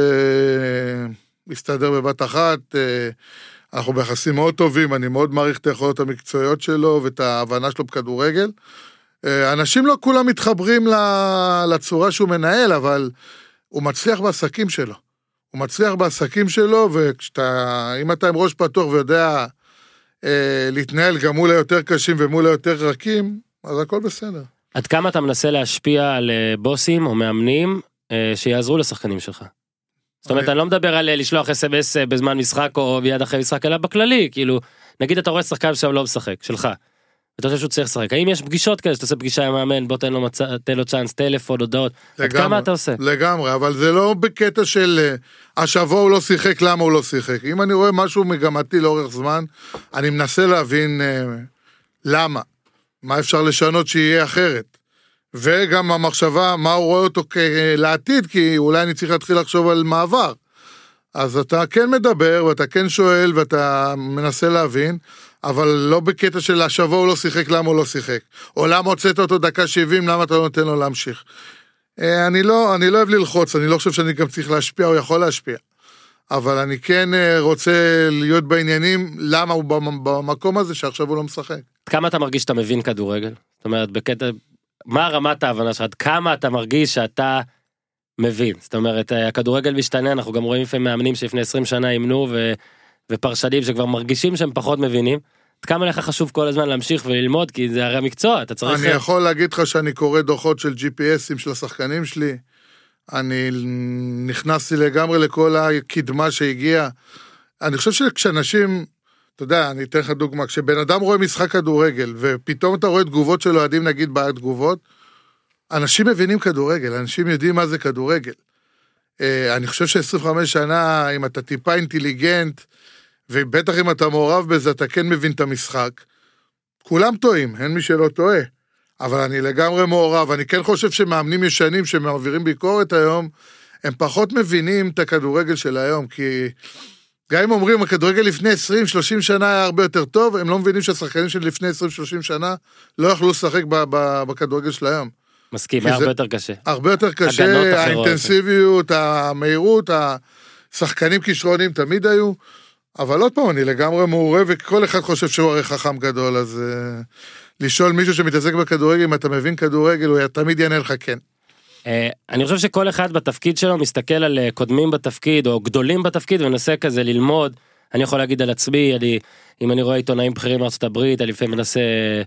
מסתדר בבת אחת, אנחנו ביחסים מאוד טובים, אני מאוד מעריך את היכולות המקצועיות שלו, ואת ההבנה שלו בכדורגל. אנשים לא כולם מתחברים לצורה שהוא מנהל, אבל הוא מצליח בעסקים שלו. הוא מצליח בעסקים שלו, ואם אתה עם ראש פתוח ויודע להתנהל גם מול היותר קשים ומול היותר רכים, אז הכל בסדר. עד כמה אתה מנסה להשפיע על בוסים או מאמנים שיעזרו לשחקנים שלך? זאת אומרת, אני לא מדבר על לשלוח אס אם אס בזמן משחק או ביד אחרי משחק, אלא בכללי, כאילו, נגיד אתה רואה שחקן שם לא משחק, שלך, ואתה חושב שהוא צריך לשחק, האם יש פגישות כאלה, שאתה עושה פגישה עם מאמן, בוא תן לו, מצ... תן לו צ'אנס, טלפון, הודעות, עד כמה אתה עושה? לגמרי, אבל זה לא בקטע של השבוע הוא לא שיחק, למה הוא לא שיחק. אם אני רואה משהו מגמתי לאורך זמן, אני מנסה להבין למה, מה אפשר לשנות שיהיה אחרת. וגם המחשבה, מה הוא רואה אותו לעתיד, כי אולי אני צריך להתחיל לחשוב על מעבר. אז אתה כן מדבר, ואתה כן שואל, ואתה מנסה להבין, אבל לא בקטע של השבוע הוא לא שיחק, למה הוא לא שיחק. או למה הוצאת אותו דקה שבעים, למה אתה לא נותן לו להמשיך. אני לא, אני לא אוהב ללחוץ, אני לא חושב שאני גם צריך להשפיע, או יכול להשפיע. אבל אני כן רוצה להיות בעניינים, למה הוא במקום הזה, שעכשיו הוא לא משחק. כמה אתה מרגיש שאתה מבין כדורגל? זאת אומרת, בקטע... מה רמת ההבנה שלך? עד כמה אתה מרגיש שאתה מבין? זאת אומרת, הכדורגל משתנה, אנחנו גם רואים לפעמים מאמנים שלפני עשרים שנה אימנו, ו... ופרשנים שכבר מרגישים שהם פחות מבינים. עד כמה לך חשוב כל הזמן להמשיך וללמוד, כי זה הרי מקצוע, אתה צריך... אני יכול להגיד לך שאני קורא דוחות של ג'י פי אסים של השחקנים שלי, אני נכנסתי לגמרי לכל הקדמה שהגיעה. אני חושב שכשאנשים... אתה יודע, אני אתן לך דוגמה, כשבן אדם רואה משחק כדורגל, ופתאום אתה רואה תגובות שלו, עדים נגיד בתגובות, אנשים מבינים כדורגל, אנשים יודעים מה זה כדורגל. אני חושב ש-עשרים וחמש שנה, אם אתה טיפה אינטליגנט, ובטח אם אתה מעורב בזה, אתה כן מבין את המשחק. כולם טועים, אין מי שלא טועה, אבל אני לגמרי מעורב, אני כן חושב שמאמנים ישנים שמעבירים ביקורת היום, הם פחות מבינים את הכדורגל של היום, כי... גם אם אומרים, הכדורגל לפני עשרים שלושים שנה היה הרבה יותר טוב, הם לא מבינים שהשחקנים של לפני עשרים שלושים שנה לא יכלו לשחק בכדורגל של היום. מסכים, היה הרבה יותר קשה. הרבה יותר קשה, האינטנסיביות, המהירות, השחקנים כישרונים תמיד היו, אבל עוד פעם, אני לגמרי מעורב, וכל אחד חושב שהוא הרי חכם גדול, אז לשאול מישהו שמתעסק בכדורגל, אם אתה מבין כדורגל, הוא תמיד יענה לך כן. אני חושב שכל אחד בתפקיד שלו מסתכל על קודמים בתפקיד או גדולים בתפקיד ומנסה כזה ללמוד. אני יכול להגיד על עצמי, אני, אם אני רואה עיתונאים בכירים מארצות הברית, אני לפעמים מנסה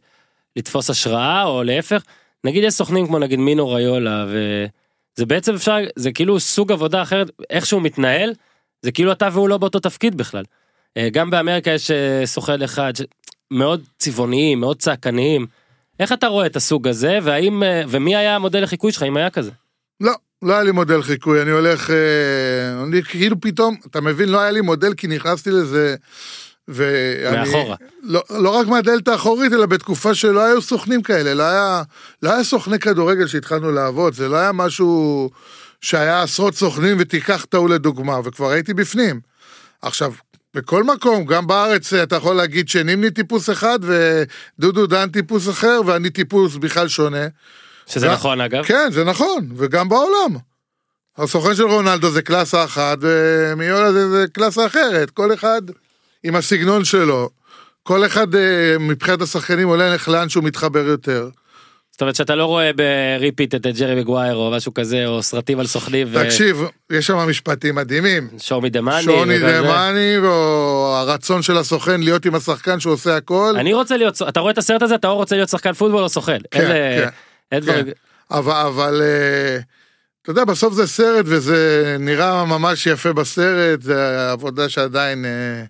לתפוס השראה או להפך. נגיד יש סוכנים כמו נגיד מינו ריולה, וזה בעצם אפשר, זה כאילו סוג עבודה אחרת, איך שהוא מתנהל, זה כאילו אתה והוא לא באותו תפקיד בכלל. גם באמריקה יש סוכן אחד מאוד צבעוניים, מאוד צעקניים. איך אתה רואה את הסוג הזה, והאם, ומי היה המודל לחיקוי שלך, אם היה כזה? לא, לא היה לי מודל חיקוי, אני הולך, אני כאילו פתאום, אתה מבין, לא היה לי מודל, כי נכנסתי לזה, ואני... מאחורה. לא, לא רק מהדלת האחורית, אלא בתקופה שלא היו סוכנים כאלה, לא היה, לא היה סוכני כדורגל שהתחלנו לעבוד, זה לא היה משהו שהיה עשרות סוכנים, ותיקח תאו לדוגמה, וכבר הייתי בפנים. עכשיו, בכל מקום, גם בארץ אתה יכול להגיד שנימני טיפוס אחד, ודודו דן טיפוס אחר, ואני טיפוס בכלל שונה. שזה נכון אגב? כן, זה נכון, וגם בעולם. הסוכן של רונלדו זה קלאסה אחת, ומיולה זה, זה קלאסה אחרת, כל אחד עם הסגנון שלו, כל אחד מבחינת השחקנים עולה לאן שהוא מתחבר יותר. זאת אומרת שאתה לא רואה בריפיט את ג'רי מגווייר או משהו כזה, או סרטים על סוכנים. תקשיב, יש שם משפטים מדהימים. שומי דמני. שומי דמני, והרצון של הסוכן להיות עם השחקן שעושה הכל. אני רוצה להיות, אתה רואה את הסרט הזה, אתה רוצה להיות שחקן פוטבול או סוכן. כן, כן. אבל, אתה יודע, בסוף זה סרט, וזה נראה ממש יפה בסרט, זה עבודה שעדיין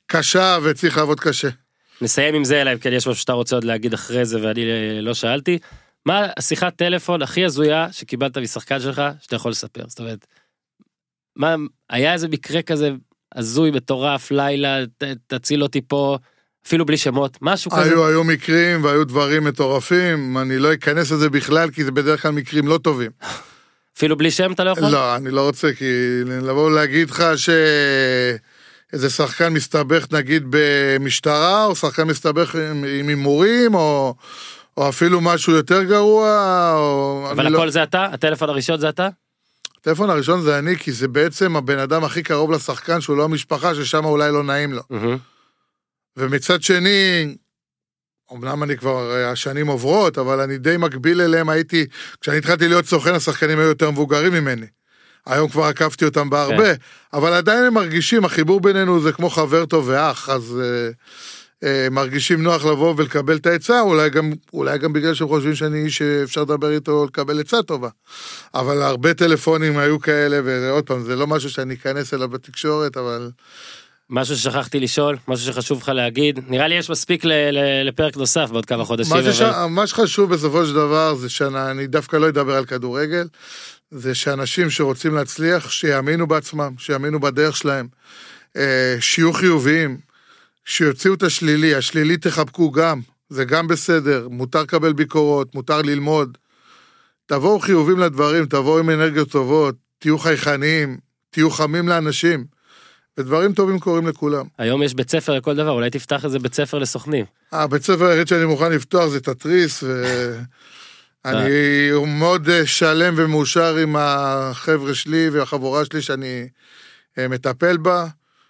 קשה וצריך לעבוד קשה. נסיים עם זה, אלא כי יש משהו שאתה רוצה עוד להגיד אחרי זה, ואני לא שאלתי. מה השיחת טלפון הכי הזויה שקיבלת משחקן שלך, שאתה יכול לספר? זאת אומרת, מה, היה איזה מקרה כזה הזוי, מטורף, לילה, ת, תציל אותי פה, אפילו בלי שמות, משהו כזה? היו, היו מקרים והיו דברים מטורפים, אני לא אכנס לזה בכלל, כי זה בדרך כלל מקרים לא טובים. אפילו בלי שם אתה לא יכול? לא, אני לא רוצה, כי לבוא להגיד לך שאיזה שחקן מסתבך, נגיד, במשטרה, או שחקן מסתבך עם, עם הימורים, או, או אפילו משהו יותר גרוע, או... אבל הכל לא... זה אתה? הטלפון הראשון זה אתה? הטלפון הראשון זה אני, כי זה בעצם הבן אדם הכי קרוב לשחקן, שהוא לא המשפחה, ששם אולי לא נעים לו. Mm-hmm. ומצד שני, אמנם אני כבר, השנים עוברות, אבל אני די מקביל אליהם, הייתי, כשאני התחלתי להיות סוכן, השחקנים היו יותר מבוגרים ממני. היום כבר עקבתי אותם בהרבה, אבל עדיין הם מרגישים, החיבור בינינו זה כמו חבר טוב ואח, אז אה, אה, מרגישים נוח לבוא ולקבל את העצה, אולי גם, אולי גם בגלל שהם חושבים שאני איש שאפשר לדבר איתו לקבל עצה טובה. אבל הרבה טלפונים היו כאלה, ועוד פעם, זה לא משהו שאני אכנס אליו בתקשורת, אבל... משהו ששכחתי לשאול, משהו שחשוב לך להגיד, נראה לי יש מספיק ל- ל- לפרק נוסף בעוד כמה חודשים. מה, ש... אבל... מה שחשוב בסופו של דבר, זה שאני דווקא לא אדבר על כדורגל, זה שאנשים שרוצים להצליח, שיאמינו בעצמם, שיאמינו בדרך שלהם, שיהיו חיוביים, שיוציאו את השלילי, השלילי תחבקו גם, זה גם בסדר, מותר לקבל ביקורות, מותר ללמוד, תבואו חיובים לדברים, תבואו עם אנרגיות טובות, תהיו חייכניים, תהיו חמים לאנשים, ודברים טובים קורים לכולם. היום יש בית ספר לכל דבר, אולי תפתח איזה בית ספר לסוכנים. אה, בית ספר היחיד שאני מוכן לפתוח זה תטריס, ואני מאוד שלם ומאושר עם החבר'ה שלי והחבורה שלי שאני מטפל בה,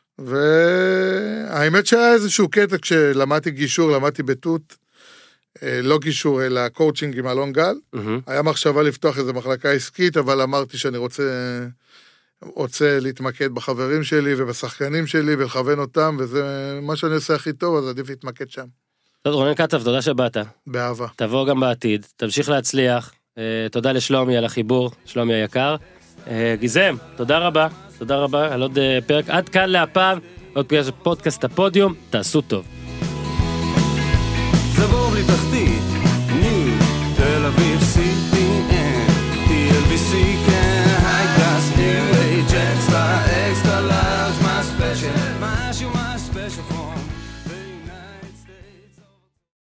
והאמת שהיה איזשהו קטע כשלמדתי גישור, למדתי בתות, לא גישור אלא קואוצ'ינג עם אלון גל, היה מחשבה לפתוח איזו מחלקה עסקית, אבל אמרתי שאני רוצה... רוצה להתמקד בחברים שלי ובשחקנים שלי ולכוון אותם, וזה מה שאני עושה הכי טוב, אז עדיף להתמקד שם. טוב, רונן קצב, תודה שבאת. באהבה. תבוא גם בעתיד, תמשיך להצליח. תודה לשלומי על החיבור, שלומי היקר. גיזם, תודה רבה, תודה רבה על עוד פרק. עד כאן להפעם, עוד פודקאסט הפודיום, תעשו טוב. זה בור בלי תחתית, ניו, תל אביב, סי פי אן, טי אל וי סי, כן, היי קלאס, ניו אייג' אקסטרה